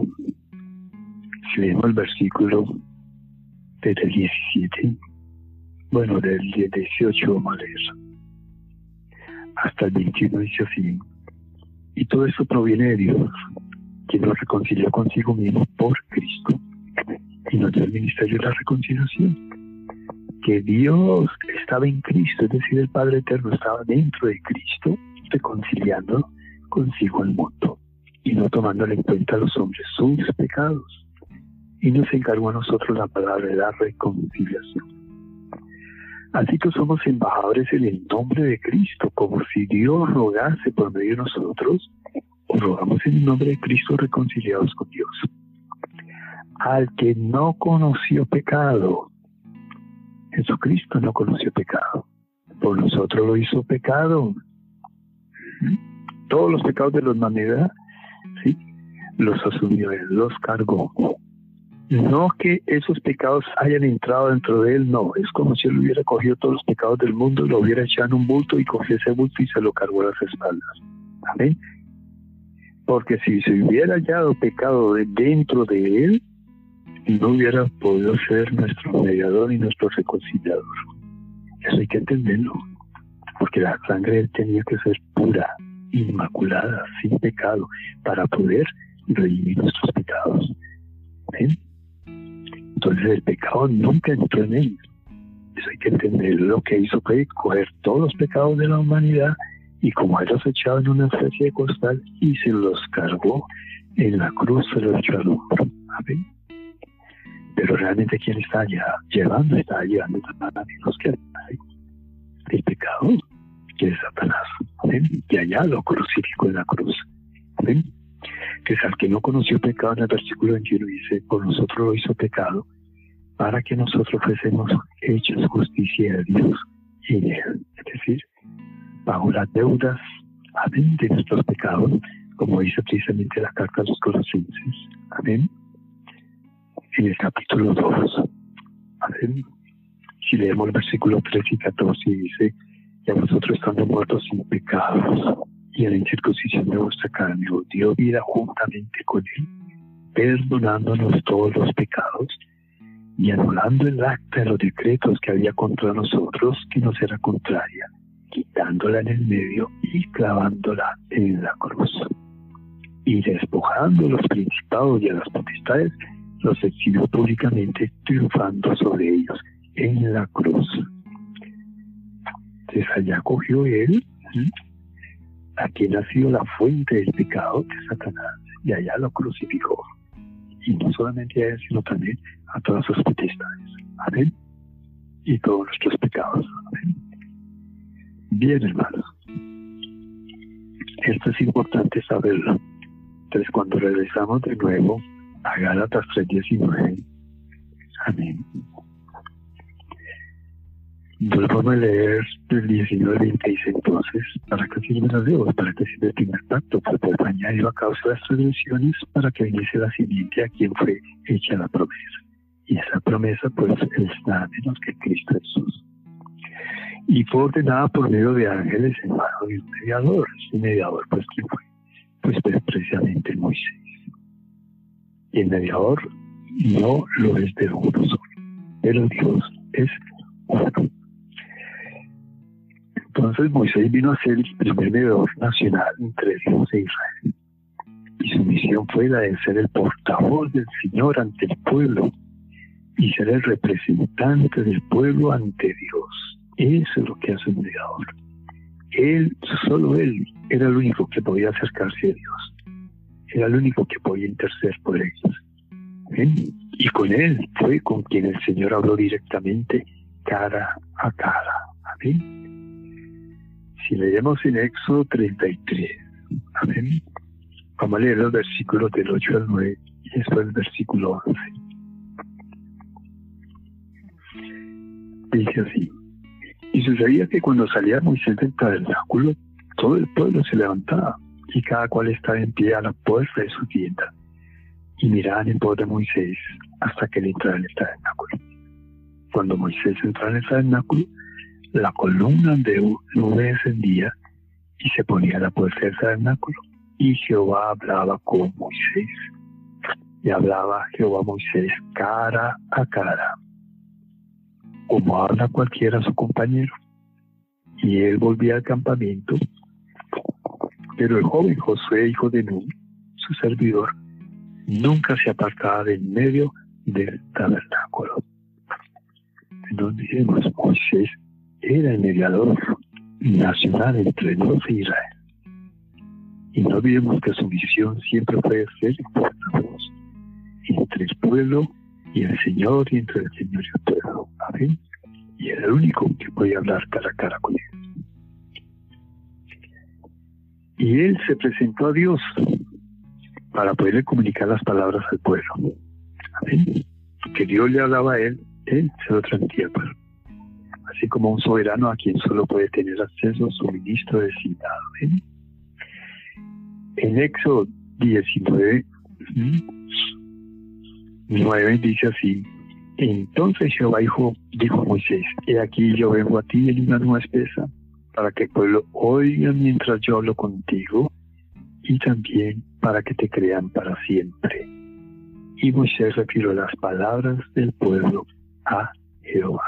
si leemos el versículo desde el diecisiete, bueno, del dieciocho vamos a leer, hasta el veintiuno, dice así: y todo eso proviene de Dios, quien nos reconcilió consigo mismo por Cristo, y nos dio el ministerio de la reconciliación. Que Dios estaba en Cristo, es decir, el Padre Eterno estaba dentro de Cristo, reconciliando consigo el mundo, y no tomándole en cuenta a los hombres sus pecados, y nos encargó a nosotros la palabra de la reconciliación. Así que somos embajadores en el nombre de Cristo, como si Dios rogase por medio de nosotros, o rogamos en el nombre de Cristo reconciliados con Dios. Al que no conoció pecado, Jesucristo no conoció pecado, por nosotros lo hizo pecado. Todos los pecados de la humanidad, ¿sí?, los asumió Él, los cargó. No que esos pecados hayan entrado dentro de Él, no. Es como si Él hubiera cogido todos los pecados del mundo, lo hubiera echado en un bulto y cogió ese bulto y se lo cargó a las espaldas. Amén. Porque si se hubiera hallado pecado de dentro de Él, no hubiera podido ser nuestro mediador y nuestro reconciliador. Eso hay que entenderlo, porque la sangre de Él tenía que ser pura, inmaculada, sin pecado, para poder redimir nuestros pecados. ¿Ven? Entonces el pecado nunca entró en Él. Eso hay que entender. Lo que hizo fue coger todos los pecados de la humanidad y como Él los echaba en una especie de costal y se los cargó en la cruz, se los echó al hombro. Amén. Pero realmente quien está allá llevando, está llevando también los que hay el pecado, que es Satanás. ¿Ven? Y allá lo crucificó en la cruz. ¿Ven? Que es al que no conoció pecado, en el versículo veintiuno dice: por nosotros lo hizo pecado, para que nosotros fuésemos hechos justicia de Dios en Él. Es decir, bajo las deudas, amén, de nuestros pecados, como dice precisamente la carta a los Colosenses. Amén. En el capítulo dos. Amén. Si leemos el versículo trece y catorce, dice: y a vosotros estando muertos sin pecados, y en la incircuncisión de vuestra carne os dio vida juntamente con Él, perdonándonos todos los pecados, y anulando el acta de los decretos que había contra nosotros, que nos era contraria, quitándola en el medio y clavándola en la cruz. Y despojando a los principados y a las potestades, los exhibió públicamente, triunfando sobre ellos en la cruz. Entonces allá cogió Él, ¿sí?, a quien ha sido la fuente del pecado, que es Satanás, y allá lo crucificó. Y no solamente a Él, sino también a todas sus potestades. Amén. Y todos nuestros pecados. Amén. Bien, hermanos. Esto es importante saberlo. Entonces, cuando regresamos de nuevo a Gálatas tres diecinueve, amén, Volvamos a leer el diecinueve veinte, dice entonces, ¿para qué sirven los dedos? ¿Para qué sirve el primer pacto? Pues por añadido a causa de las transgresiones, para que viniese la simiente a quien fue hecha la promesa. Y esa promesa, pues, es nada menos que Cristo Jesús. Y fue ordenada por medio de ángeles en mano de un mediador. Ese mediador, pues, ¿quién fue? Pues, pues precisamente Moisés. Y el mediador no lo es de uno solo, pero Dios es uno. Entonces Moisés vino a ser el primer mediador nacional entre Dios e Israel. Y su misión fue la de ser el portavoz del Señor ante el pueblo y ser el representante del pueblo ante Dios. Eso es lo que hace un mediador. Él, solo él, era el único que podía acercarse a Dios. Era el único que podía interceder por ellos. ¿Ven? Y con él fue con quien el Señor habló directamente, cara a cara. Amén. Si leemos en Éxodo treinta y tres, amén, vamos a leer los versículos del ocho al nueve y después el versículo once. Dice así: y sucedía que cuando salía Moisés del tabernáculo, todo el pueblo se levantaba y cada cual estaba en pie a la puerta de su tienda y miraban en pos de Moisés hasta que él entrara en el tabernáculo. Cuando Moisés entraba en el tabernáculo, la columna de nube descendía y se ponía a la puerta del tabernáculo, y Jehová hablaba con Moisés. Y hablaba Jehová a Moisés cara a cara, como habla cualquiera a su compañero. Y él volvía al campamento, pero el joven Josué, hijo de Nun, su servidor, nunca se apartaba de en medio del tabernáculo. Entonces dijimos, Moisés era el mediador nacional entre Dios e Israel. Y no olvidemos que su misión siempre fue ser el portavoz entre el pueblo y el Señor, y entre el Señor y el pueblo. Amén. Y era el único que podía hablar cara a cara con él. Y él se presentó a Dios para poderle comunicar las palabras al pueblo. Amén. Que Dios le hablaba a él, él se lo transmitía al pueblo. Así como un soberano a quien solo puede tener acceso a su ministro designado. ¿eh? En Éxodo diecinueve, nueve dice así: entonces Jehová dijo, dijo a Moisés: he aquí yo vengo a ti en una nube espesa, para que el pueblo oiga mientras yo hablo contigo, y también para que te crean para siempre. Y Moisés refirió las palabras del pueblo a Jehová.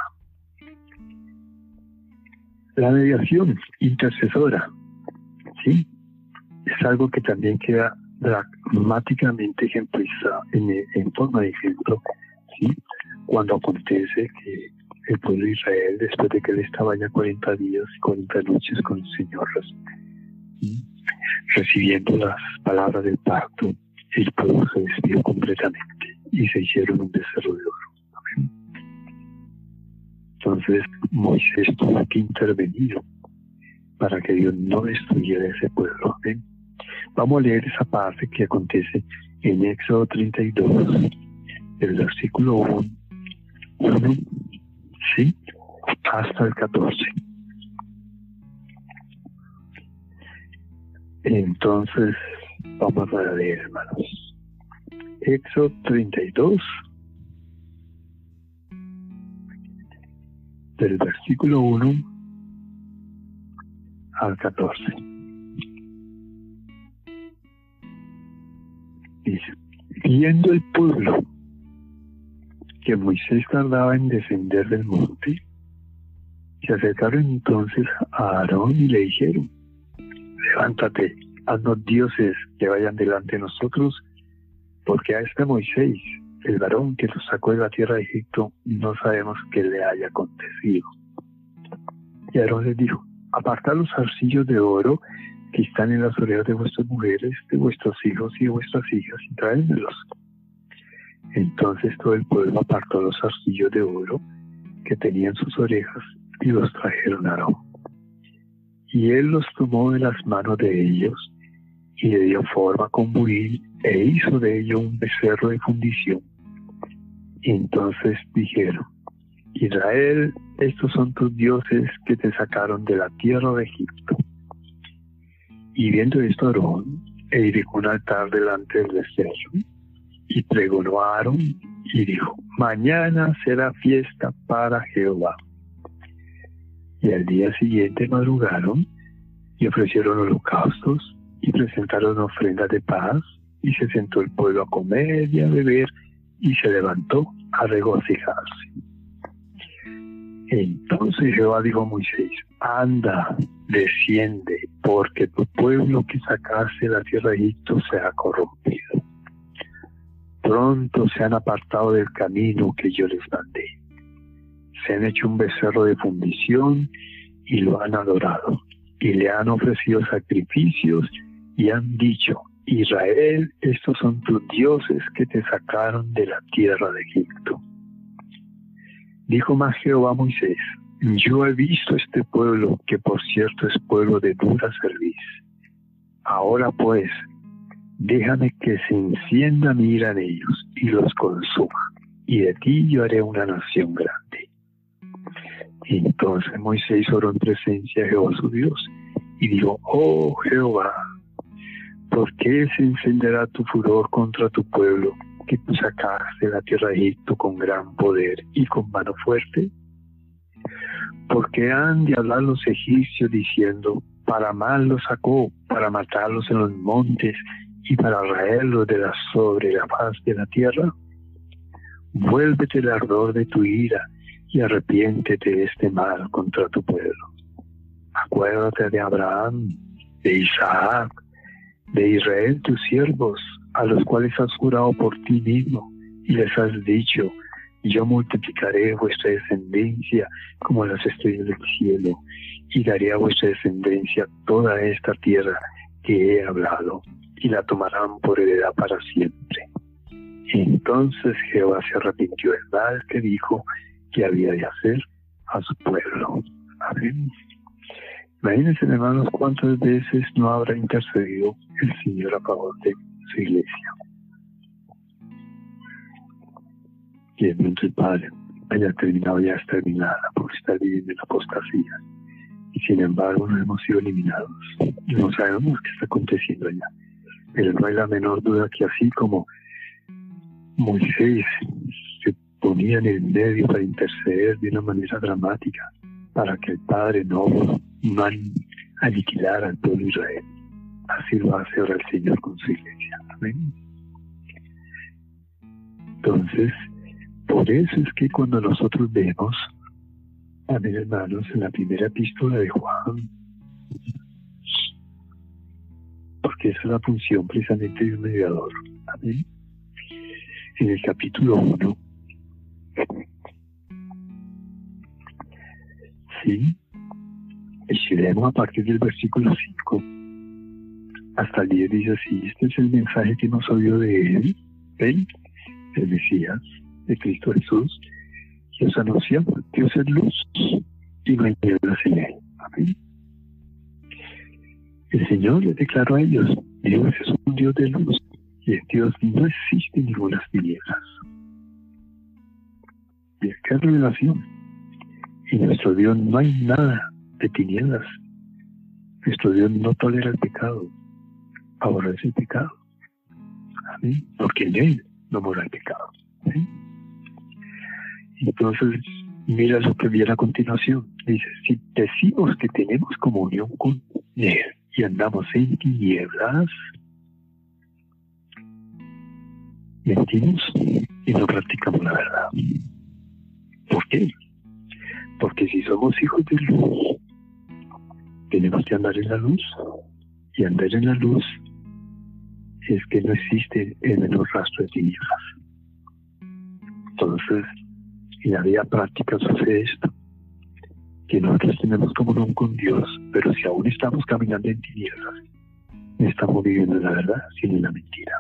La mediación intercesora, ¿sí?, es algo que también queda dramáticamente ejemplizado en, en forma de ejemplo, ¿sí?, cuando acontece que el pueblo de Israel, después de que él estaba ya cuarenta días y cuarenta noches con el Señor, ¿sí?, recibiendo las palabras del pacto, el pueblo se despidió completamente y se hicieron un becerro de oro. Amén. Entonces Moisés tuvo que intervenir para que Dios no destruyera ese pueblo. ¿Amén? Vamos a leer esa parte que acontece en Éxodo treinta y dos, el versículo uno, ¿sí?, hasta el catorce. Entonces vamos a leer, hermanos. Éxodo treinta y dos, del versículo uno al catorce. Dice: viendo el pueblo que Moisés tardaba en descender del monte, se acercaron entonces a Aarón y le dijeron: levántate, haznos dioses que vayan delante de nosotros, porque a este Moisés, el varón que nos sacó de la tierra de Egipto, no sabemos qué le haya acontecido. Y Aarón les dijo: apartad los zarcillos de oro que están en las orejas de vuestras mujeres, de vuestros hijos y de vuestras hijas, y tráenmelos. Entonces todo el pueblo apartó los zarcillos de oro que tenían sus orejas y los trajeron a Aarón. Y él los tomó de las manos de ellos y le dio forma con buril e hizo de ello un becerro de fundición. Y entonces dijeron: Israel, estos son tus dioses que te sacaron de la tierra de Egipto. Y viendo esto, Aarón edificó un altar delante del becerro y pregonó a Aarón y dijo: mañana será fiesta para Jehová. Y al día siguiente madrugaron y ofrecieron holocaustos y presentaron ofrendas de paz, y se sentó el pueblo a comer y a beber, y se levantó a regocijarse. Entonces Jehová dijo a Moisés: anda, desciende, porque tu pueblo que sacaste de la tierra de Egipto se ha corrompido. Pronto se han apartado del camino que yo les mandé. Se han hecho un becerro de fundición y lo han adorado, y le han ofrecido sacrificios y han dicho: Israel, estos son tus dioses que te sacaron de la tierra de Egipto. Dijo más Jehová a Moisés: yo he visto este pueblo, que por cierto es pueblo de dura cerviz. Ahora pues, déjame que se encienda mi ira en ellos y los consuma, y de ti yo haré una nación grande. Entonces Moisés oró en presencia de Jehová su Dios, y dijo: oh Jehová, ¿por qué se encenderá tu furor contra tu pueblo, que tú sacaste de la tierra de Egipto con gran poder y con mano fuerte? Porque han de hablar los egipcios diciendo: para mal los sacó, para matarlos en los montes y para raerlos de la sobre la faz de la tierra. Vuélvete el ardor de tu ira y arrepiéntete de este mal contra tu pueblo. Acuérdate de Abraham, de Isaac, de Israel tus siervos, a los cuales has jurado por ti mismo, y les has dicho: yo multiplicaré vuestra descendencia como las estrellas del cielo, y daré a vuestra descendencia toda esta tierra que he hablado, y la tomarán por heredad para siempre. Entonces Jehová se arrepintió del mal que dijo que había de hacer a su pueblo. Amén. Imagínense, hermanos, cuántas veces no habrá intercedido el Señor a favor de su iglesia. Que de pronto el Padre haya terminado ya exterminada por estar viviendo en la apostasía. Y sin embargo no hemos sido eliminados. No sabemos qué está aconteciendo allá. Pero no hay la menor duda que así como Moisés se ponía en el medio para interceder de una manera dramática para que el Padre no, no aniquilara al pueblo de Israel, así lo hace ahora el Señor con su iglesia. Amén. Entonces, por eso es que cuando nosotros vemos, amén, hermanos, en la primera epístola de Juan, porque esa es la función precisamente de un mediador, amén, en el capítulo uno, sí, y si leemos a partir del versículo cinco hasta el diez, dice así: este es el mensaje que hemos oído de él, él, el Mesías, de Cristo Jesús, que os anunciamos. Dios es luz y no hay tinieblas en él. Amén. El Señor les declaró a ellos: Dios es un Dios de luz, y en Dios no existen ninguna tinieblas. Bien, qué revelación. Y en nuestro Dios no hay nada de tinieblas. Nuestro Dios no tolera el pecado, aborrece el pecado. Amén. Porque en él no mora el pecado. ¿Sí? Entonces, mira lo que viene a continuación. Dice: si decimos que tenemos comunión con él y andamos en tinieblas, mentimos y no practicamos la verdad. ¿Por qué? Porque si somos hijos de luz, tenemos que andar en la luz, y andar en la luz es que no existe el menor rastro de tinieblas. Entonces, en la vida práctica sucede esto, que nosotros tenemos comunión con Dios, pero si aún estamos caminando en tinieblas, no estamos viviendo la verdad, sino en la mentira.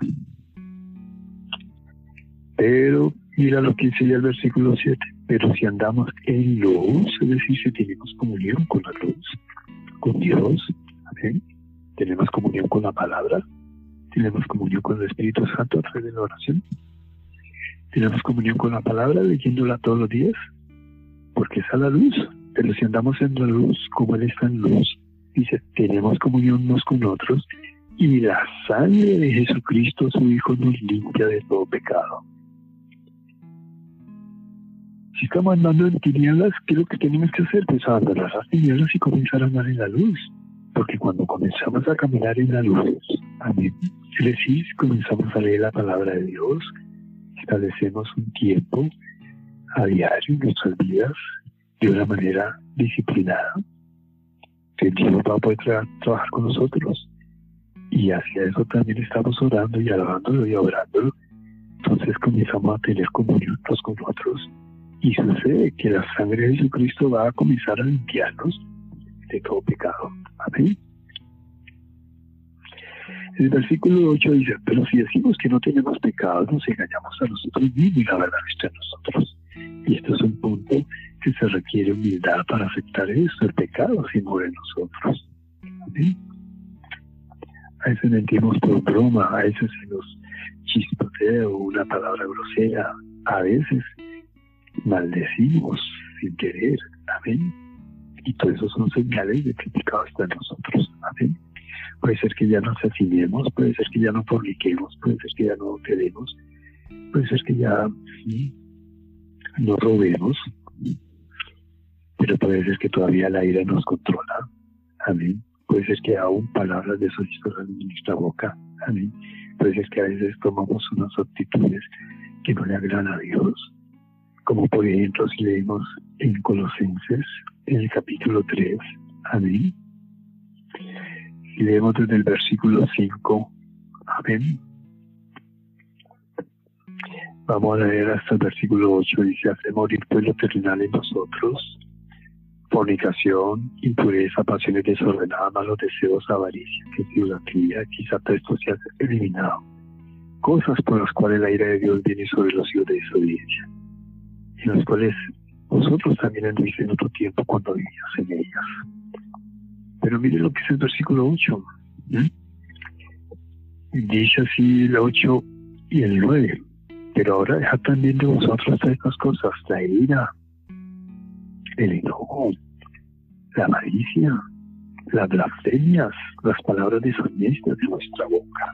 Pero mira lo que dice ya el versículo siete: pero si andamos en luz, es decir, si tenemos comunión con la luz, con Dios, ¿sí? Tenemos comunión con la palabra, tenemos comunión con el Espíritu Santo a través de la oración, tenemos comunión con la palabra leyéndola todos los días, porque es a la luz. Pero si andamos en la luz, como Él está en luz, dice, tenemos comunión unos con otros, y la sangre de Jesucristo, su Hijo, nos limpia de todo pecado. Si estamos andando en tinieblas, ¿qué es lo que tenemos que hacer? Pues abandonar las tinieblas y comenzar a andar en la luz. Porque cuando comenzamos a caminar en la luz, amén, es decir, comenzamos a leer la palabra de Dios, establecemos un tiempo a diario en nuestras vidas de una manera disciplinada, que Dios va a poder tra trabajar con nosotros. Y hacia eso también estamos orando y alabándolo y orándolo. Entonces comenzamos a tener comunión unos con otros. Y sucede que la sangre de Jesucristo va a comenzar a limpiarnos de todo pecado. Amén. El versículo ocho dice, pero si decimos que no tenemos pecado, nos engañamos a nosotros mismos y la verdad no está en nosotros. Y esto es un punto que se requiere humildad para aceptar esto, el pecado sin morir en nosotros. Amén. A veces mentimos por broma, a veces se nos chispotea una palabra grosera, a veces maldecimos sin querer. Amén. Y todo eso son señales de que el pecado está en nosotros. Amén. Puede ser que ya no asesinemos, puede ser que ya no forniquemos, puede ser que ya no queremos, puede ser que ya ¿sí? no robemos, pero puede ser que todavía la ira nos controla. Amén. Puede ser que aún palabras deshonestas en nuestra boca. Amén. Puede ser que a veces tomamos unas actitudes que no le agradan a Dios. Como por ejemplo si leemos en Colosenses, en el capítulo tres, amén. Si leemos desde el versículo cinco, amén. Vamos a leer hasta el versículo ocho, dice, hace morir pues lo terrenal en nosotros, fornicación, impureza, pasiones desordenadas, malos deseos, avaricia, que es idolatría, quizá todo esto se ha eliminado. Cosas por las cuales la ira de Dios viene sobre los hijos de desobediencia, en las cuales vosotros también anduviste en otro tiempo cuando vivías en ellas. Pero miren lo que es el versículo ocho. ¿eh? Dice así el ocho y el nueve. Pero ahora deja también de vosotros todas estas cosas, la ira, el enojo, la malicia, las blasfemias, las palabras deshonestas de nuestra boca.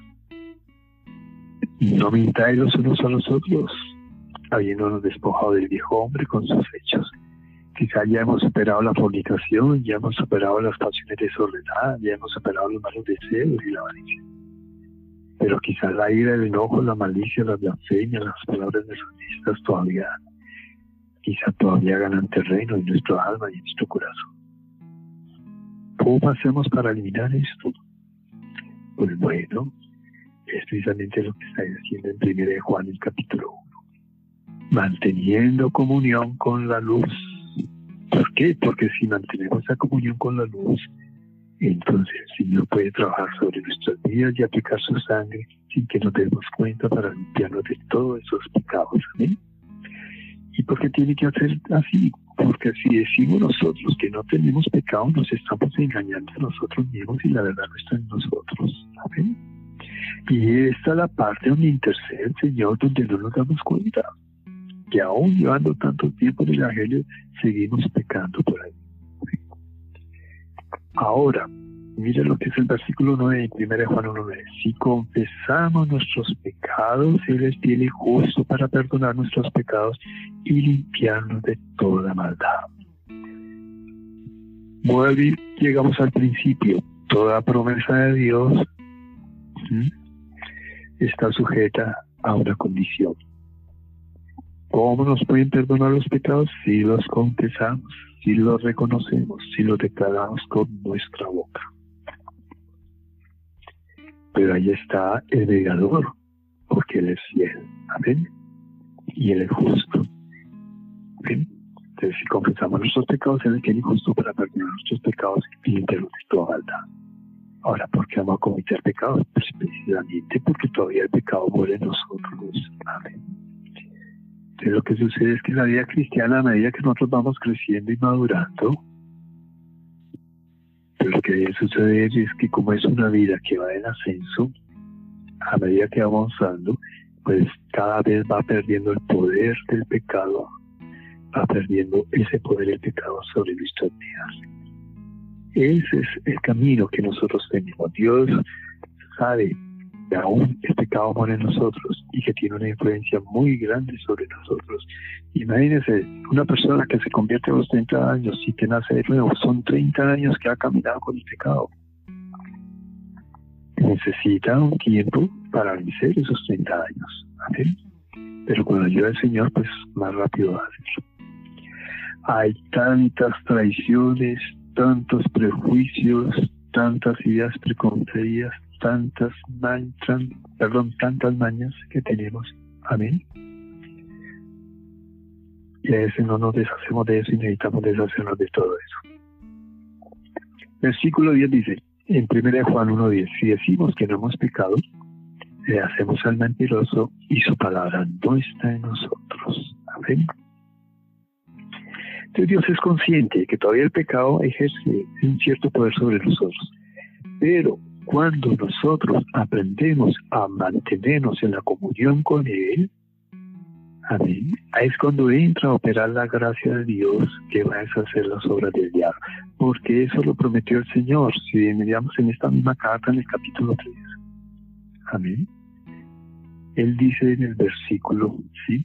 No mintáis los unos a los otros, habiéndonos despojado del viejo hombre con sus hechos. Quizá ya hemos superado la fornicación, ya hemos superado las pasiones desordenadas, ya hemos superado los malos deseos y la avaricia. Pero quizá la ira, el enojo, la malicia, las blasfemias, las palabras deshonestas todavía, quizá todavía ganan terreno en nuestra alma y en nuestro corazón. ¿Cómo hacemos para eliminar esto? Pues bueno, es precisamente lo que está diciendo en primera de Juan, el capítulo uno. Manteniendo comunión con la luz. ¿Por qué? Porque si mantenemos esa comunión con la luz, entonces el Señor puede trabajar sobre nuestras vidas y aplicar su sangre sin que nos demos cuenta para limpiarnos de todos esos pecados. ¿Amén? ¿Y por qué tiene que hacer así? Porque si decimos nosotros que no tenemos pecado, nos estamos engañando a nosotros mismos y la verdad no está en nosotros. ¿Amén? Y esta es la parte donde intercede el Señor, donde no nos damos cuenta que aún llevando tanto tiempo en el Evangelio, seguimos pecando por ahí. Ahora, mira lo que es el versículo nueve de primera de Juan uno nueve. Si confesamos nuestros pecados, Él es fiel y justo para perdonar nuestros pecados y limpiarnos de toda maldad. Vuelve y llegamos al principio. Toda promesa de Dios ¿sí? está sujeta a una condición. ¿Cómo nos pueden perdonar los pecados? Si los confesamos, si los reconocemos, si los declaramos con nuestra boca. Pero ahí está el mediador, porque Él es fiel. Amén. Y Él es justo. ¿Amén? Entonces, si confesamos nuestros pecados, Él es fiel y justo para perdonar nuestros pecados y limpiarnos de toda maldad. Ahora, ¿por qué vamos a cometer pecados? Pues precisamente porque todavía el pecado muere en nosotros. Amén. Entonces, lo que sucede es que la vida cristiana, a medida que nosotros vamos creciendo y madurando, pues lo que debe suceder es que como es una vida que va en ascenso, a medida que va avanzando, pues cada vez va perdiendo el poder del pecado, va perdiendo ese poder del pecado sobre nuestras vidas. Ese es el camino que nosotros tenemos. Dios sabe que aún el pecado mora en nosotros y que tiene una influencia muy grande sobre nosotros. Imagínense, una persona que se convierte a los treinta años y que nace de nuevo, son treinta años que ha caminado con el pecado. Necesita un tiempo para vencer esos treinta años. ¿Amén? Pero con la ayuda del Señor, pues más rápido va a hacerlo. Hay tantas traiciones, tantos prejuicios, tantas ideas preconcebidas, tantas mañas, perdón, tantas mañas que tenemos. Amén. Y a veces no nos deshacemos de eso y necesitamos deshacernos de todo eso. Versículo diez dice, en primera de Juan uno diez, si decimos que no hemos pecado, le hacemos al mentiroso y su palabra no está en nosotros. Amén. Entonces Dios es consciente de que todavía el pecado ejerce un cierto poder sobre nosotros. Pero cuando nosotros aprendemos a mantenernos en la comunión con Él, amén, ahí es cuando entra a operar la gracia de Dios que va a deshacer las obras del diablo. Porque eso lo prometió el Señor. Si miramos en esta misma carta, en el capítulo tres. Amén. Él dice en el versículo, ¿sí?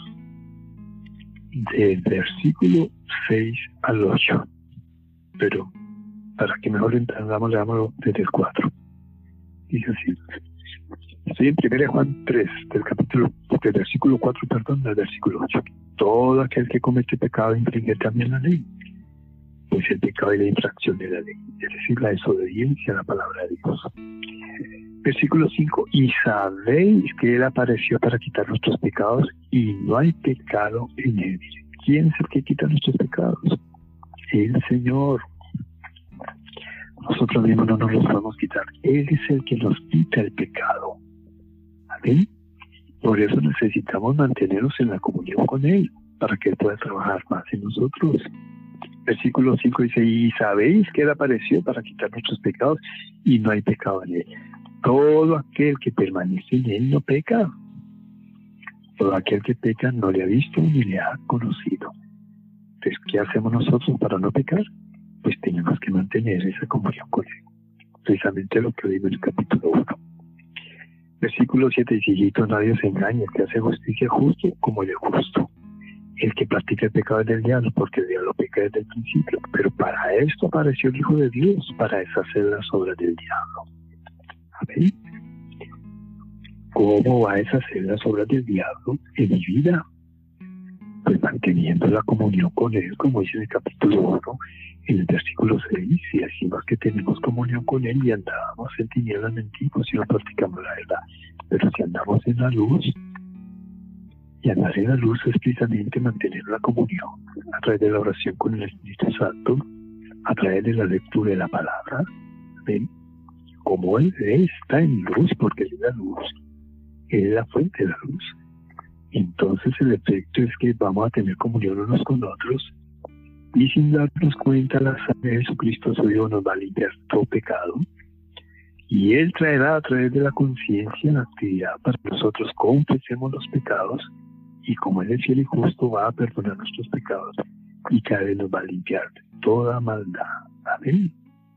Del versículo seis al ocho. Pero para que mejor entendamos, leámoslo desde el cuatro. Dice así. Estoy en primera de Juan tres, del capítulo, del versículo cuatro, perdón, del versículo ocho. Todo aquel que comete pecado infringe también la ley. Pues el pecado es la infracción de la ley, es decir, la desobediencia a la palabra de Dios. Versículo cinco, y sabéis que Él apareció para quitar nuestros pecados y no hay pecado en Él. ¿Quién es el que quita nuestros pecados? El Señor. Nosotros mismos no nos los podemos quitar. Él es el que nos quita el pecado. Amén. Por eso necesitamos mantenernos en la comunión con Él, para que Él pueda trabajar más en nosotros. Versículo cinco dice, y sabéis que Él apareció para quitar nuestros pecados y no hay pecado en Él. Todo aquel que permanece en Él no peca. Todo aquel que peca no le ha visto ni le ha conocido. Entonces, ¿qué hacemos nosotros para no pecar? Pues tenemos que mantener esa comunión con Él. Precisamente lo que digo en el capítulo uno. Versículo siete dice, hijito, nadie se engaña, el que hace justicia justo como el justo. El que practica el pecado es del diablo, porque el diablo peca desde el principio. Pero para esto apareció el Hijo de Dios, para deshacer las obras del diablo. Amén. ¿Cómo va a deshacer las obras del diablo en mi vida? Pues manteniendo la comunión con Él, como dice en el capítulo uno, en el versículo seis, si decimos que tenemos comunión con Él y andábamos en tinieblas, mentimos y no practicamos la verdad. Pero si andamos en la luz, y andar en la luz es precisamente mantener la comunión a través de la oración con el Espíritu Santo, a través de la lectura de la palabra. ¿Ven? Como Él está en luz, porque Él es la luz, Él es la fuente de la luz. Entonces el efecto es que vamos a tener comunión unos con otros, y sin darnos cuenta la sangre de Jesucristo su Hijo nos va a limpiar todo pecado, y Él traerá a través de la conciencia la actividad para que nosotros confesemos los pecados, y como Él es fiel y justo va a perdonar nuestros pecados y cada vez nos va a limpiar de toda maldad. Amén.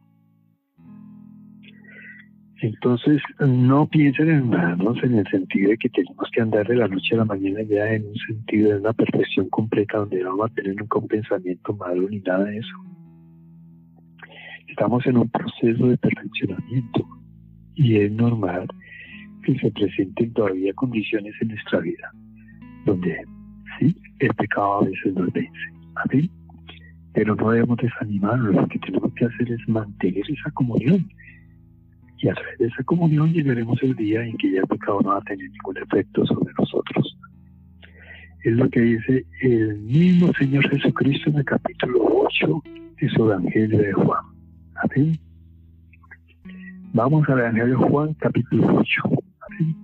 Entonces, no piensen, hermanos, en el sentido de que tenemos que andar de la noche a la mañana ya en un sentido de una perfección completa donde vamos a tener nunca un pensamiento malo ni nada de eso. Estamos en un proceso de perfeccionamiento y es normal que se presenten todavía condiciones en nuestra vida donde sí, el pecado a veces nos vence. Amén. Pero no debemos desanimarnos, lo que tenemos que hacer es mantener esa comunión. Y a través de esa comunión llegaremos el día en que ya el pecado no va a tener ningún efecto sobre nosotros. Es lo que dice el mismo Señor Jesucristo en el capítulo ocho de su Evangelio de Juan. Amén. Vamos al Evangelio de Juan, capítulo ocho. Amén.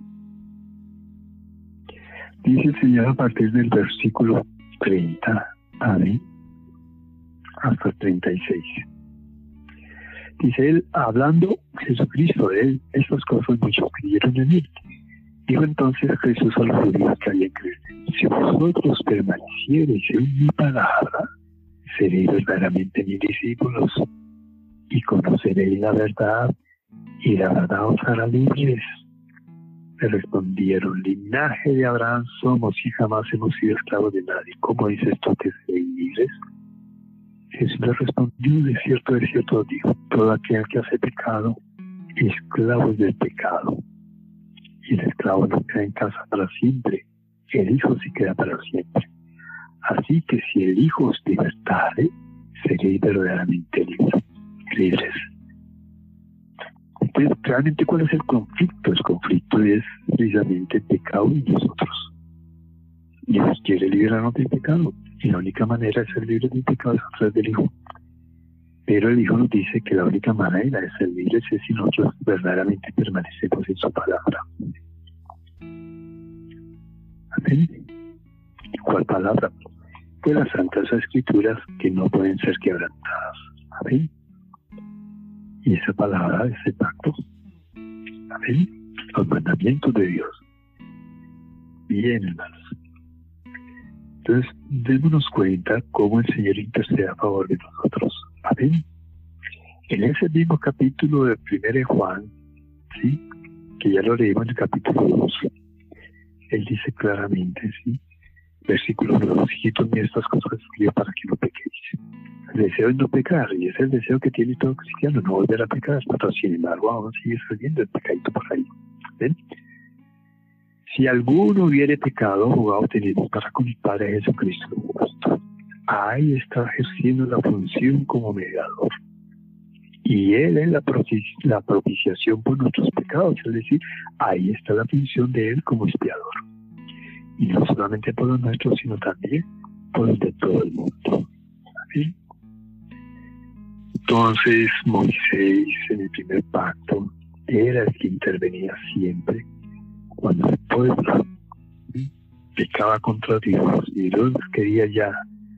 Dice el Señor a partir del versículo treinta. Amén. Hasta el treinta y seis. Dice él, hablando Jesucristo de él, estas cosas muchos creyeron en él. Dijo entonces Jesús a los judíos que habían creído en él, Si vosotros permaneciereis en mi palabra, seréis verdaderamente mis discípulos, y conoceréis la verdad, y la verdad os hará libres. Le respondieron: linaje de Abraham somos y jamás hemos sido esclavos de nadie. ¿Cómo dices tú que seréis libres? Jesús le respondió: de cierto, de cierto os digo, todo aquel que hace pecado, esclavo es del pecado. Y el esclavo no queda en casa para siempre, el Hijo sí queda para siempre. Así que si el Hijo os libertare, seréis verdaderamente libres. libres. Entonces, realmente, ¿cuál es el conflicto? El conflicto es precisamente el pecado en nosotros. Dios quiere liberarnos del pecado, y la única manera de ser libres del pecado es a través del Hijo. Pero el Hijo nos dice que la única manera de ser libres es si nosotros verdaderamente permanecemos en su palabra. Amén. ¿Y cuál palabra? Pues las santas escrituras que no pueden ser quebrantadas. Amén. Y esa palabra es el pacto. Amén. Los mandamientos de Dios. Bien, hermanos. Entonces, démonos cuenta cómo el Señor intercede a favor de nosotros. Amén. En ese mismo capítulo de primero de Juan, ¿sí?, que ya lo leímos en el capítulo dos, él dice claramente, ¿sí?, versículo dos: hijitos míos, estas cosas escribo para que no pequéis. El deseo es no pecar, y es el deseo que tiene todo cristiano, no volver a pecar, pero sin embargo aún sigue saliendo el pecadito por ahí. ¿Ven? Si alguno hubiere pecado, abogado tenemos para con el Padre Jesucristo justo. Ahí está ejerciendo la función como mediador. Y Él es la, propici la propiciación por nuestros pecados, es decir, ahí está la función de Él como expiador. Y no solamente por los nuestros, sino también por los de todo el mundo. ¿Sí? Entonces Moisés, en el primer pacto, era el que intervenía siempre cuando el pueblo pecaba contra Dios y Dios quería ya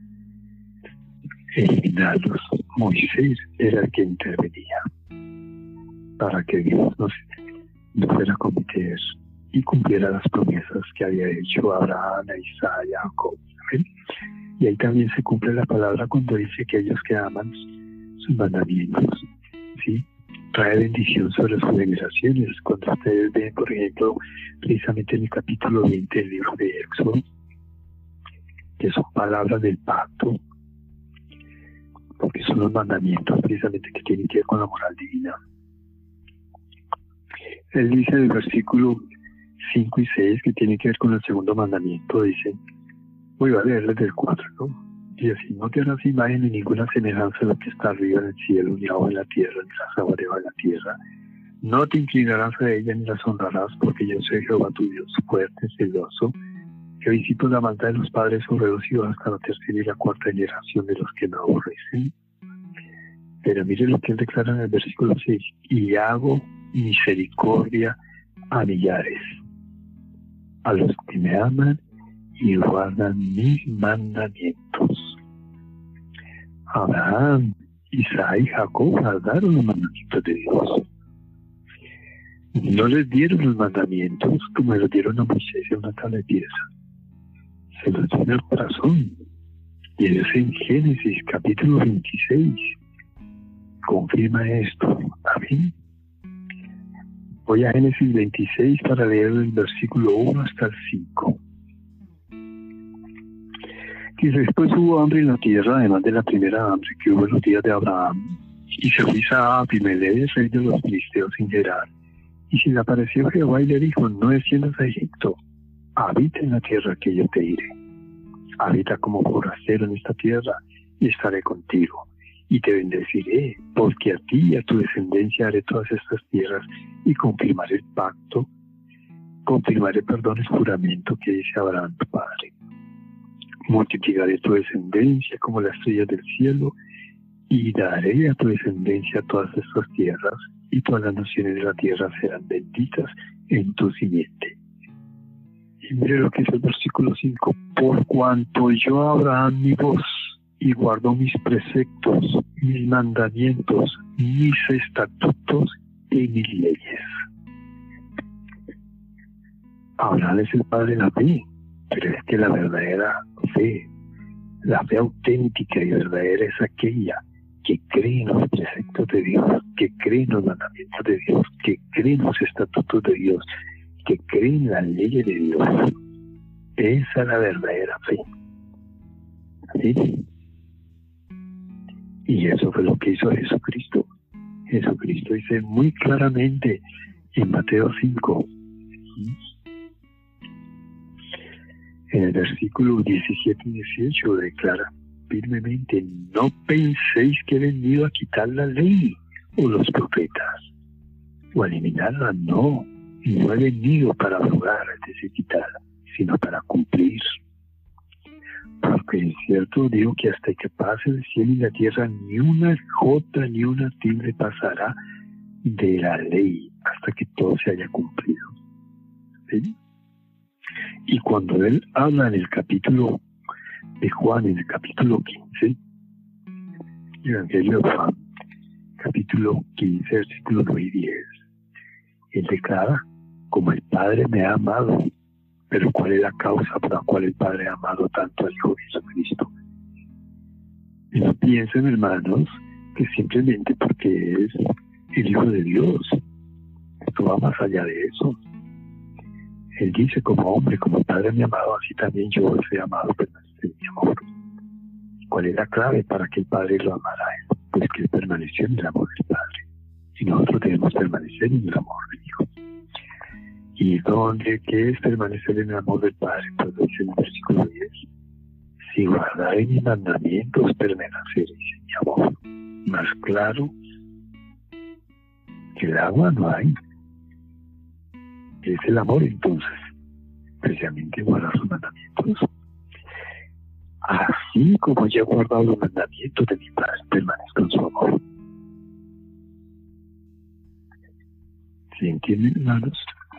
eliminarlos. Moisés era el que intervenía para que Dios no, no fuera a cometer y cumpliera las promesas que había hecho a Abraham, a Isaac, a Jacob. ¿Sí? Y ahí también se cumple la palabra cuando dice que ellos que aman sus mandamientos, ¿sí?, trae bendición sobre sus generaciones. Cuando ustedes ven, por ejemplo, precisamente en el capítulo veinte del libro de Éxodo, que son palabras del pacto, porque son los mandamientos precisamente que tienen que ver con la moral divina. Él dice en el versículo cinco y seis, que tiene que ver con el segundo mandamiento, dice, voy a leerles del cuatro, ¿no? Y así: no te harás imagen ni ninguna semejanza de lo que está arriba en el cielo, ni abajo en la tierra, ni las aguas debajo de la tierra. No te inclinarás a ella ni las honrarás, porque yo soy Jehová tu Dios, fuerte, celoso, que visito la maldad de los padres sobre los hijos hasta la tercera y la cuarta generación de los que me aborrecen. Pero mire lo que él declara en el versículo seis: y hago misericordia a millares, a los que me aman y guardan mis mandamientos. Abraham, Isaac y Jacob guardaron los mandamientos de Dios. No les dieron los mandamientos como los dieron a Moisés en una tabla de piedra. Se los dio en el corazón. Y es en Génesis capítulo veintiséis. Confirma esto. Amén. Voy a Génesis veintiséis para leer el versículo uno hasta el cinco. Y después hubo hambre en la tierra, además de la primera hambre que hubo en los días de Abraham. Y se fue a Abimelech, rey de los filisteos, en Gerar. Y se le apareció Jehová y le dijo: no desciendas a Egipto, habita en la tierra que yo te diré. Habita como forastero en esta tierra, y estaré contigo. Y te bendeciré, porque a ti y a tu descendencia haré todas estas tierras, y confirmaré el pacto, confirmaré, perdón, el juramento que dice Abraham tu padre. Multiplicaré tu descendencia como las estrellas del cielo, y daré a tu descendencia todas estas tierras, y todas las naciones de la tierra serán benditas en tu simiente. Y mire lo que es el versículo cinco: por cuanto yo a Abraham mi voz, y guardo mis preceptos, mis mandamientos, mis estatutos y mis leyes. Abraham es el padre de la fe. Pero es que la verdadera fe, la fe auténtica y verdadera es aquella que cree en los preceptos de Dios, que cree en los mandamientos de Dios, que cree en los estatutos de Dios, que cree en la ley de Dios. Esa es la verdadera fe. ¿Sí? Y eso fue lo que hizo Jesucristo. Jesucristo dice muy claramente en Mateo cinco, en el versículo diecisiete y dieciocho, declara firmemente: no penséis que he venido a quitar la ley o los profetas, o a eliminarla. No, no he venido para abrogar, es decir, quitarla, sino para cumplir. Porque es cierto, digo que hasta que pase el cielo y la tierra, ni una jota ni una tilde pasará de la ley hasta que todo se haya cumplido. ¿Sí? Y cuando él habla en el capítulo de Juan, en el capítulo quince, Evangelio de Juan, capítulo quince, versículos nueve y diez, él declara: como el Padre me ha amado. Pero ¿cuál es la causa por la cual el Padre ha amado tanto al Hijo Jesucristo? Y no piensen, hermanos, que simplemente porque es el Hijo de Dios. Esto va más allá de eso. Él dice: como hombre, como el Padre me ha amado, así también yo os he amado, permanecer en mi amor. ¿Cuál es la clave para que el Padre lo amara a él? Pues que él permaneció en el amor del Padre. Y nosotros debemos permanecer en el amor del Hijo. ¿Y dónde qué es permanecer en el amor del Padre? Pues lo dice en el versículo diez: si guardáis mis mandamientos, permaneceréis en mi amor. Más claro que el agua no hay. ¿Qué es el amor entonces? Precisamente guardar sus mandamientos. Así como yo he guardado los mandamientos de mi Padre, permanezco en su amor. ¿Sí entienden, hermanos?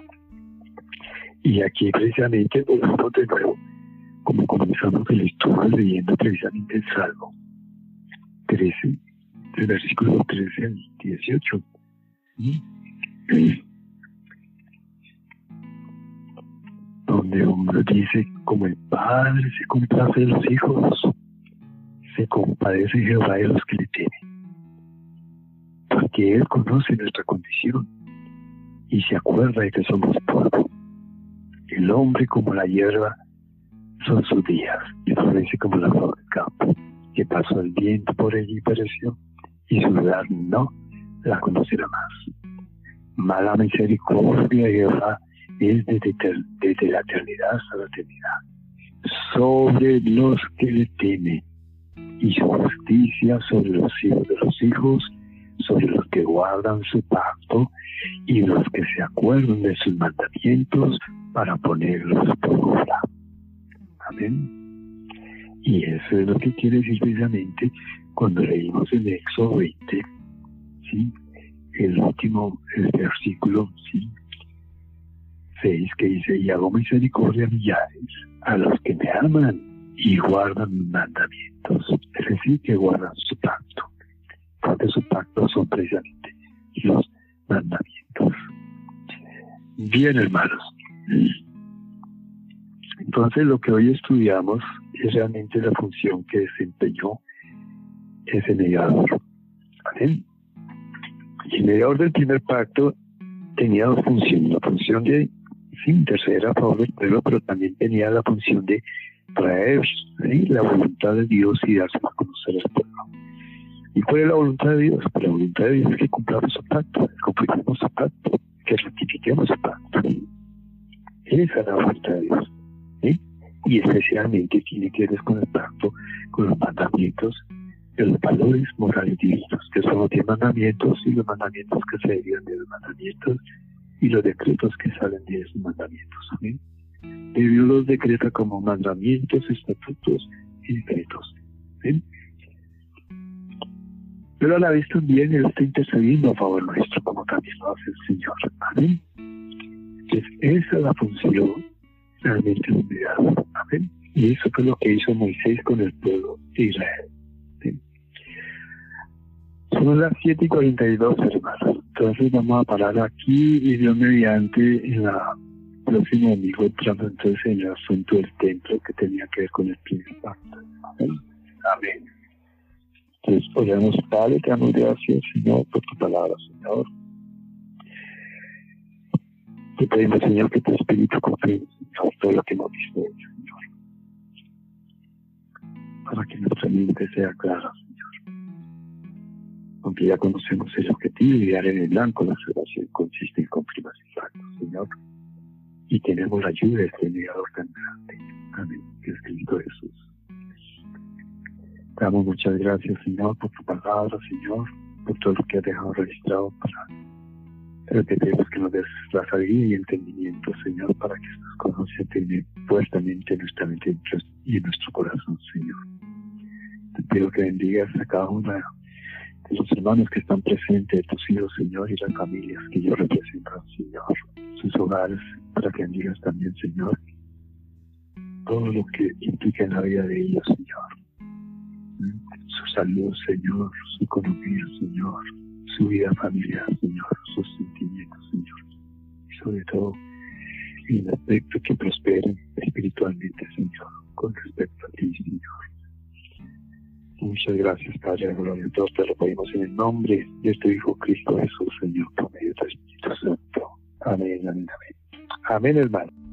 Y aquí precisamente volvemos de nuevo, como comenzamos el estudio leyendo precisamente el Salmo trece, del versículo trece al dieciocho. Donde uno dice: como el Padre se complace de los hijos, se compadece Jehová de los que le temen. Porque Él conoce nuestra condición y se acuerda de que somos polvo. El hombre como la hierba son sus días, y florece como la flor del campo, que pasó el viento por ella y pereció, y su lugar no la conocerá más. Mala misericordia de Jehová es desde, desde la eternidad hasta la eternidad sobre los que le temen, y su justicia sobre los hijos de los hijos, sobre los que guardan su pacto y los que se acuerdan de sus mandamientos para ponerlos por obra. Amén. Y eso es lo que quiere decir precisamente cuando leímos en Éxodo veinte, ¿sí? El último el versículo, ¿sí? seis, que dice: y hago misericordia a millares, a los que me aman y guardan mis mandamientos. Es decir, que guardan su pacto, porque su pacto son precisamente los mandamientos. Bien, hermanos, entonces lo que hoy estudiamos es realmente la función que desempeñó ese mediador. ¿Vale? Y el mediador del primer pacto tenía dos funciones: la función de sí, interceder a favor del pueblo, pero también tenía la función de traer, ¿sí?, la voluntad de Dios y dársela a conocer al pueblo. ¿Y cuál es la voluntad de Dios? Pues la voluntad de Dios es que cumplamos su pacto, que cumplamos su pacto, que ratifiquemos su pacto. Esa es la voluntad de Dios, ¿sí? Y especialmente tiene que ver con el pacto, con los mandamientos, de los valores morales divinos, que son los diez mandamientos y los mandamientos que se derivan de los mandamientos y los decretos que salen de esos mandamientos. ¿Sí? Dios los decreta como mandamientos, estatutos y decretos. ¿Sí? Pero a la vez también Él está intercediendo a favor nuestro, como también lo hace el Señor. ¿Amén? Entonces, esa es la función realmente del mediador. ¿Amén? Y eso fue lo que hizo Moisés con el pueblo de Israel. ¿Sí? Son las siete y cuarenta y dos, hermanos. Entonces vamos a parar aquí y Dios mediante en la próximo domingo entrando entonces en el asunto del templo que tenía que ver con el primer pacto. Amén. Amén. Entonces, oramos, Padre, te damos gracias, Señor, por tu palabra, Señor. Te pedimos, Señor, que tu Espíritu confirme, Señor, todo lo que hemos visto hoy, Señor. Para que nuestra mente sea clara, Señor. Aunque ya conocemos el objetivo y dar en el blanco, la observación consiste en confirmar el pacto, Señor. Y tenemos la ayuda de este mediador tan grande. Amén. Que es Cristo Jesús. Te damos muchas gracias, Señor, por tu palabra, Señor, por todo lo que has dejado registrado para pero te pedimos que nos des la sabiduría y entendimiento, Señor, para que estas cosas se tengan fuertemente en nuestra mente y en nuestro corazón, Señor. Te pido que bendigas a cada uno de los hermanos que están presentes, de tus hijos, Señor, y las familias que yo represento, Señor, sus hogares, para que bendigas también, Señor, todo lo que implica en la vida de ellos, Señor. Su salud, Señor, su economía, Señor, su vida familiar, Señor, sus sentimientos, Señor. Y sobre todo, en el aspecto que prosperen espiritualmente, Señor, con respecto a ti, Señor. Muchas gracias, Padre de gloria. Todos te lo pedimos en el nombre de tu Hijo Cristo Jesús, Señor, por medio de tu Espíritu Santo. Amén, amén, amén. Amén, hermano.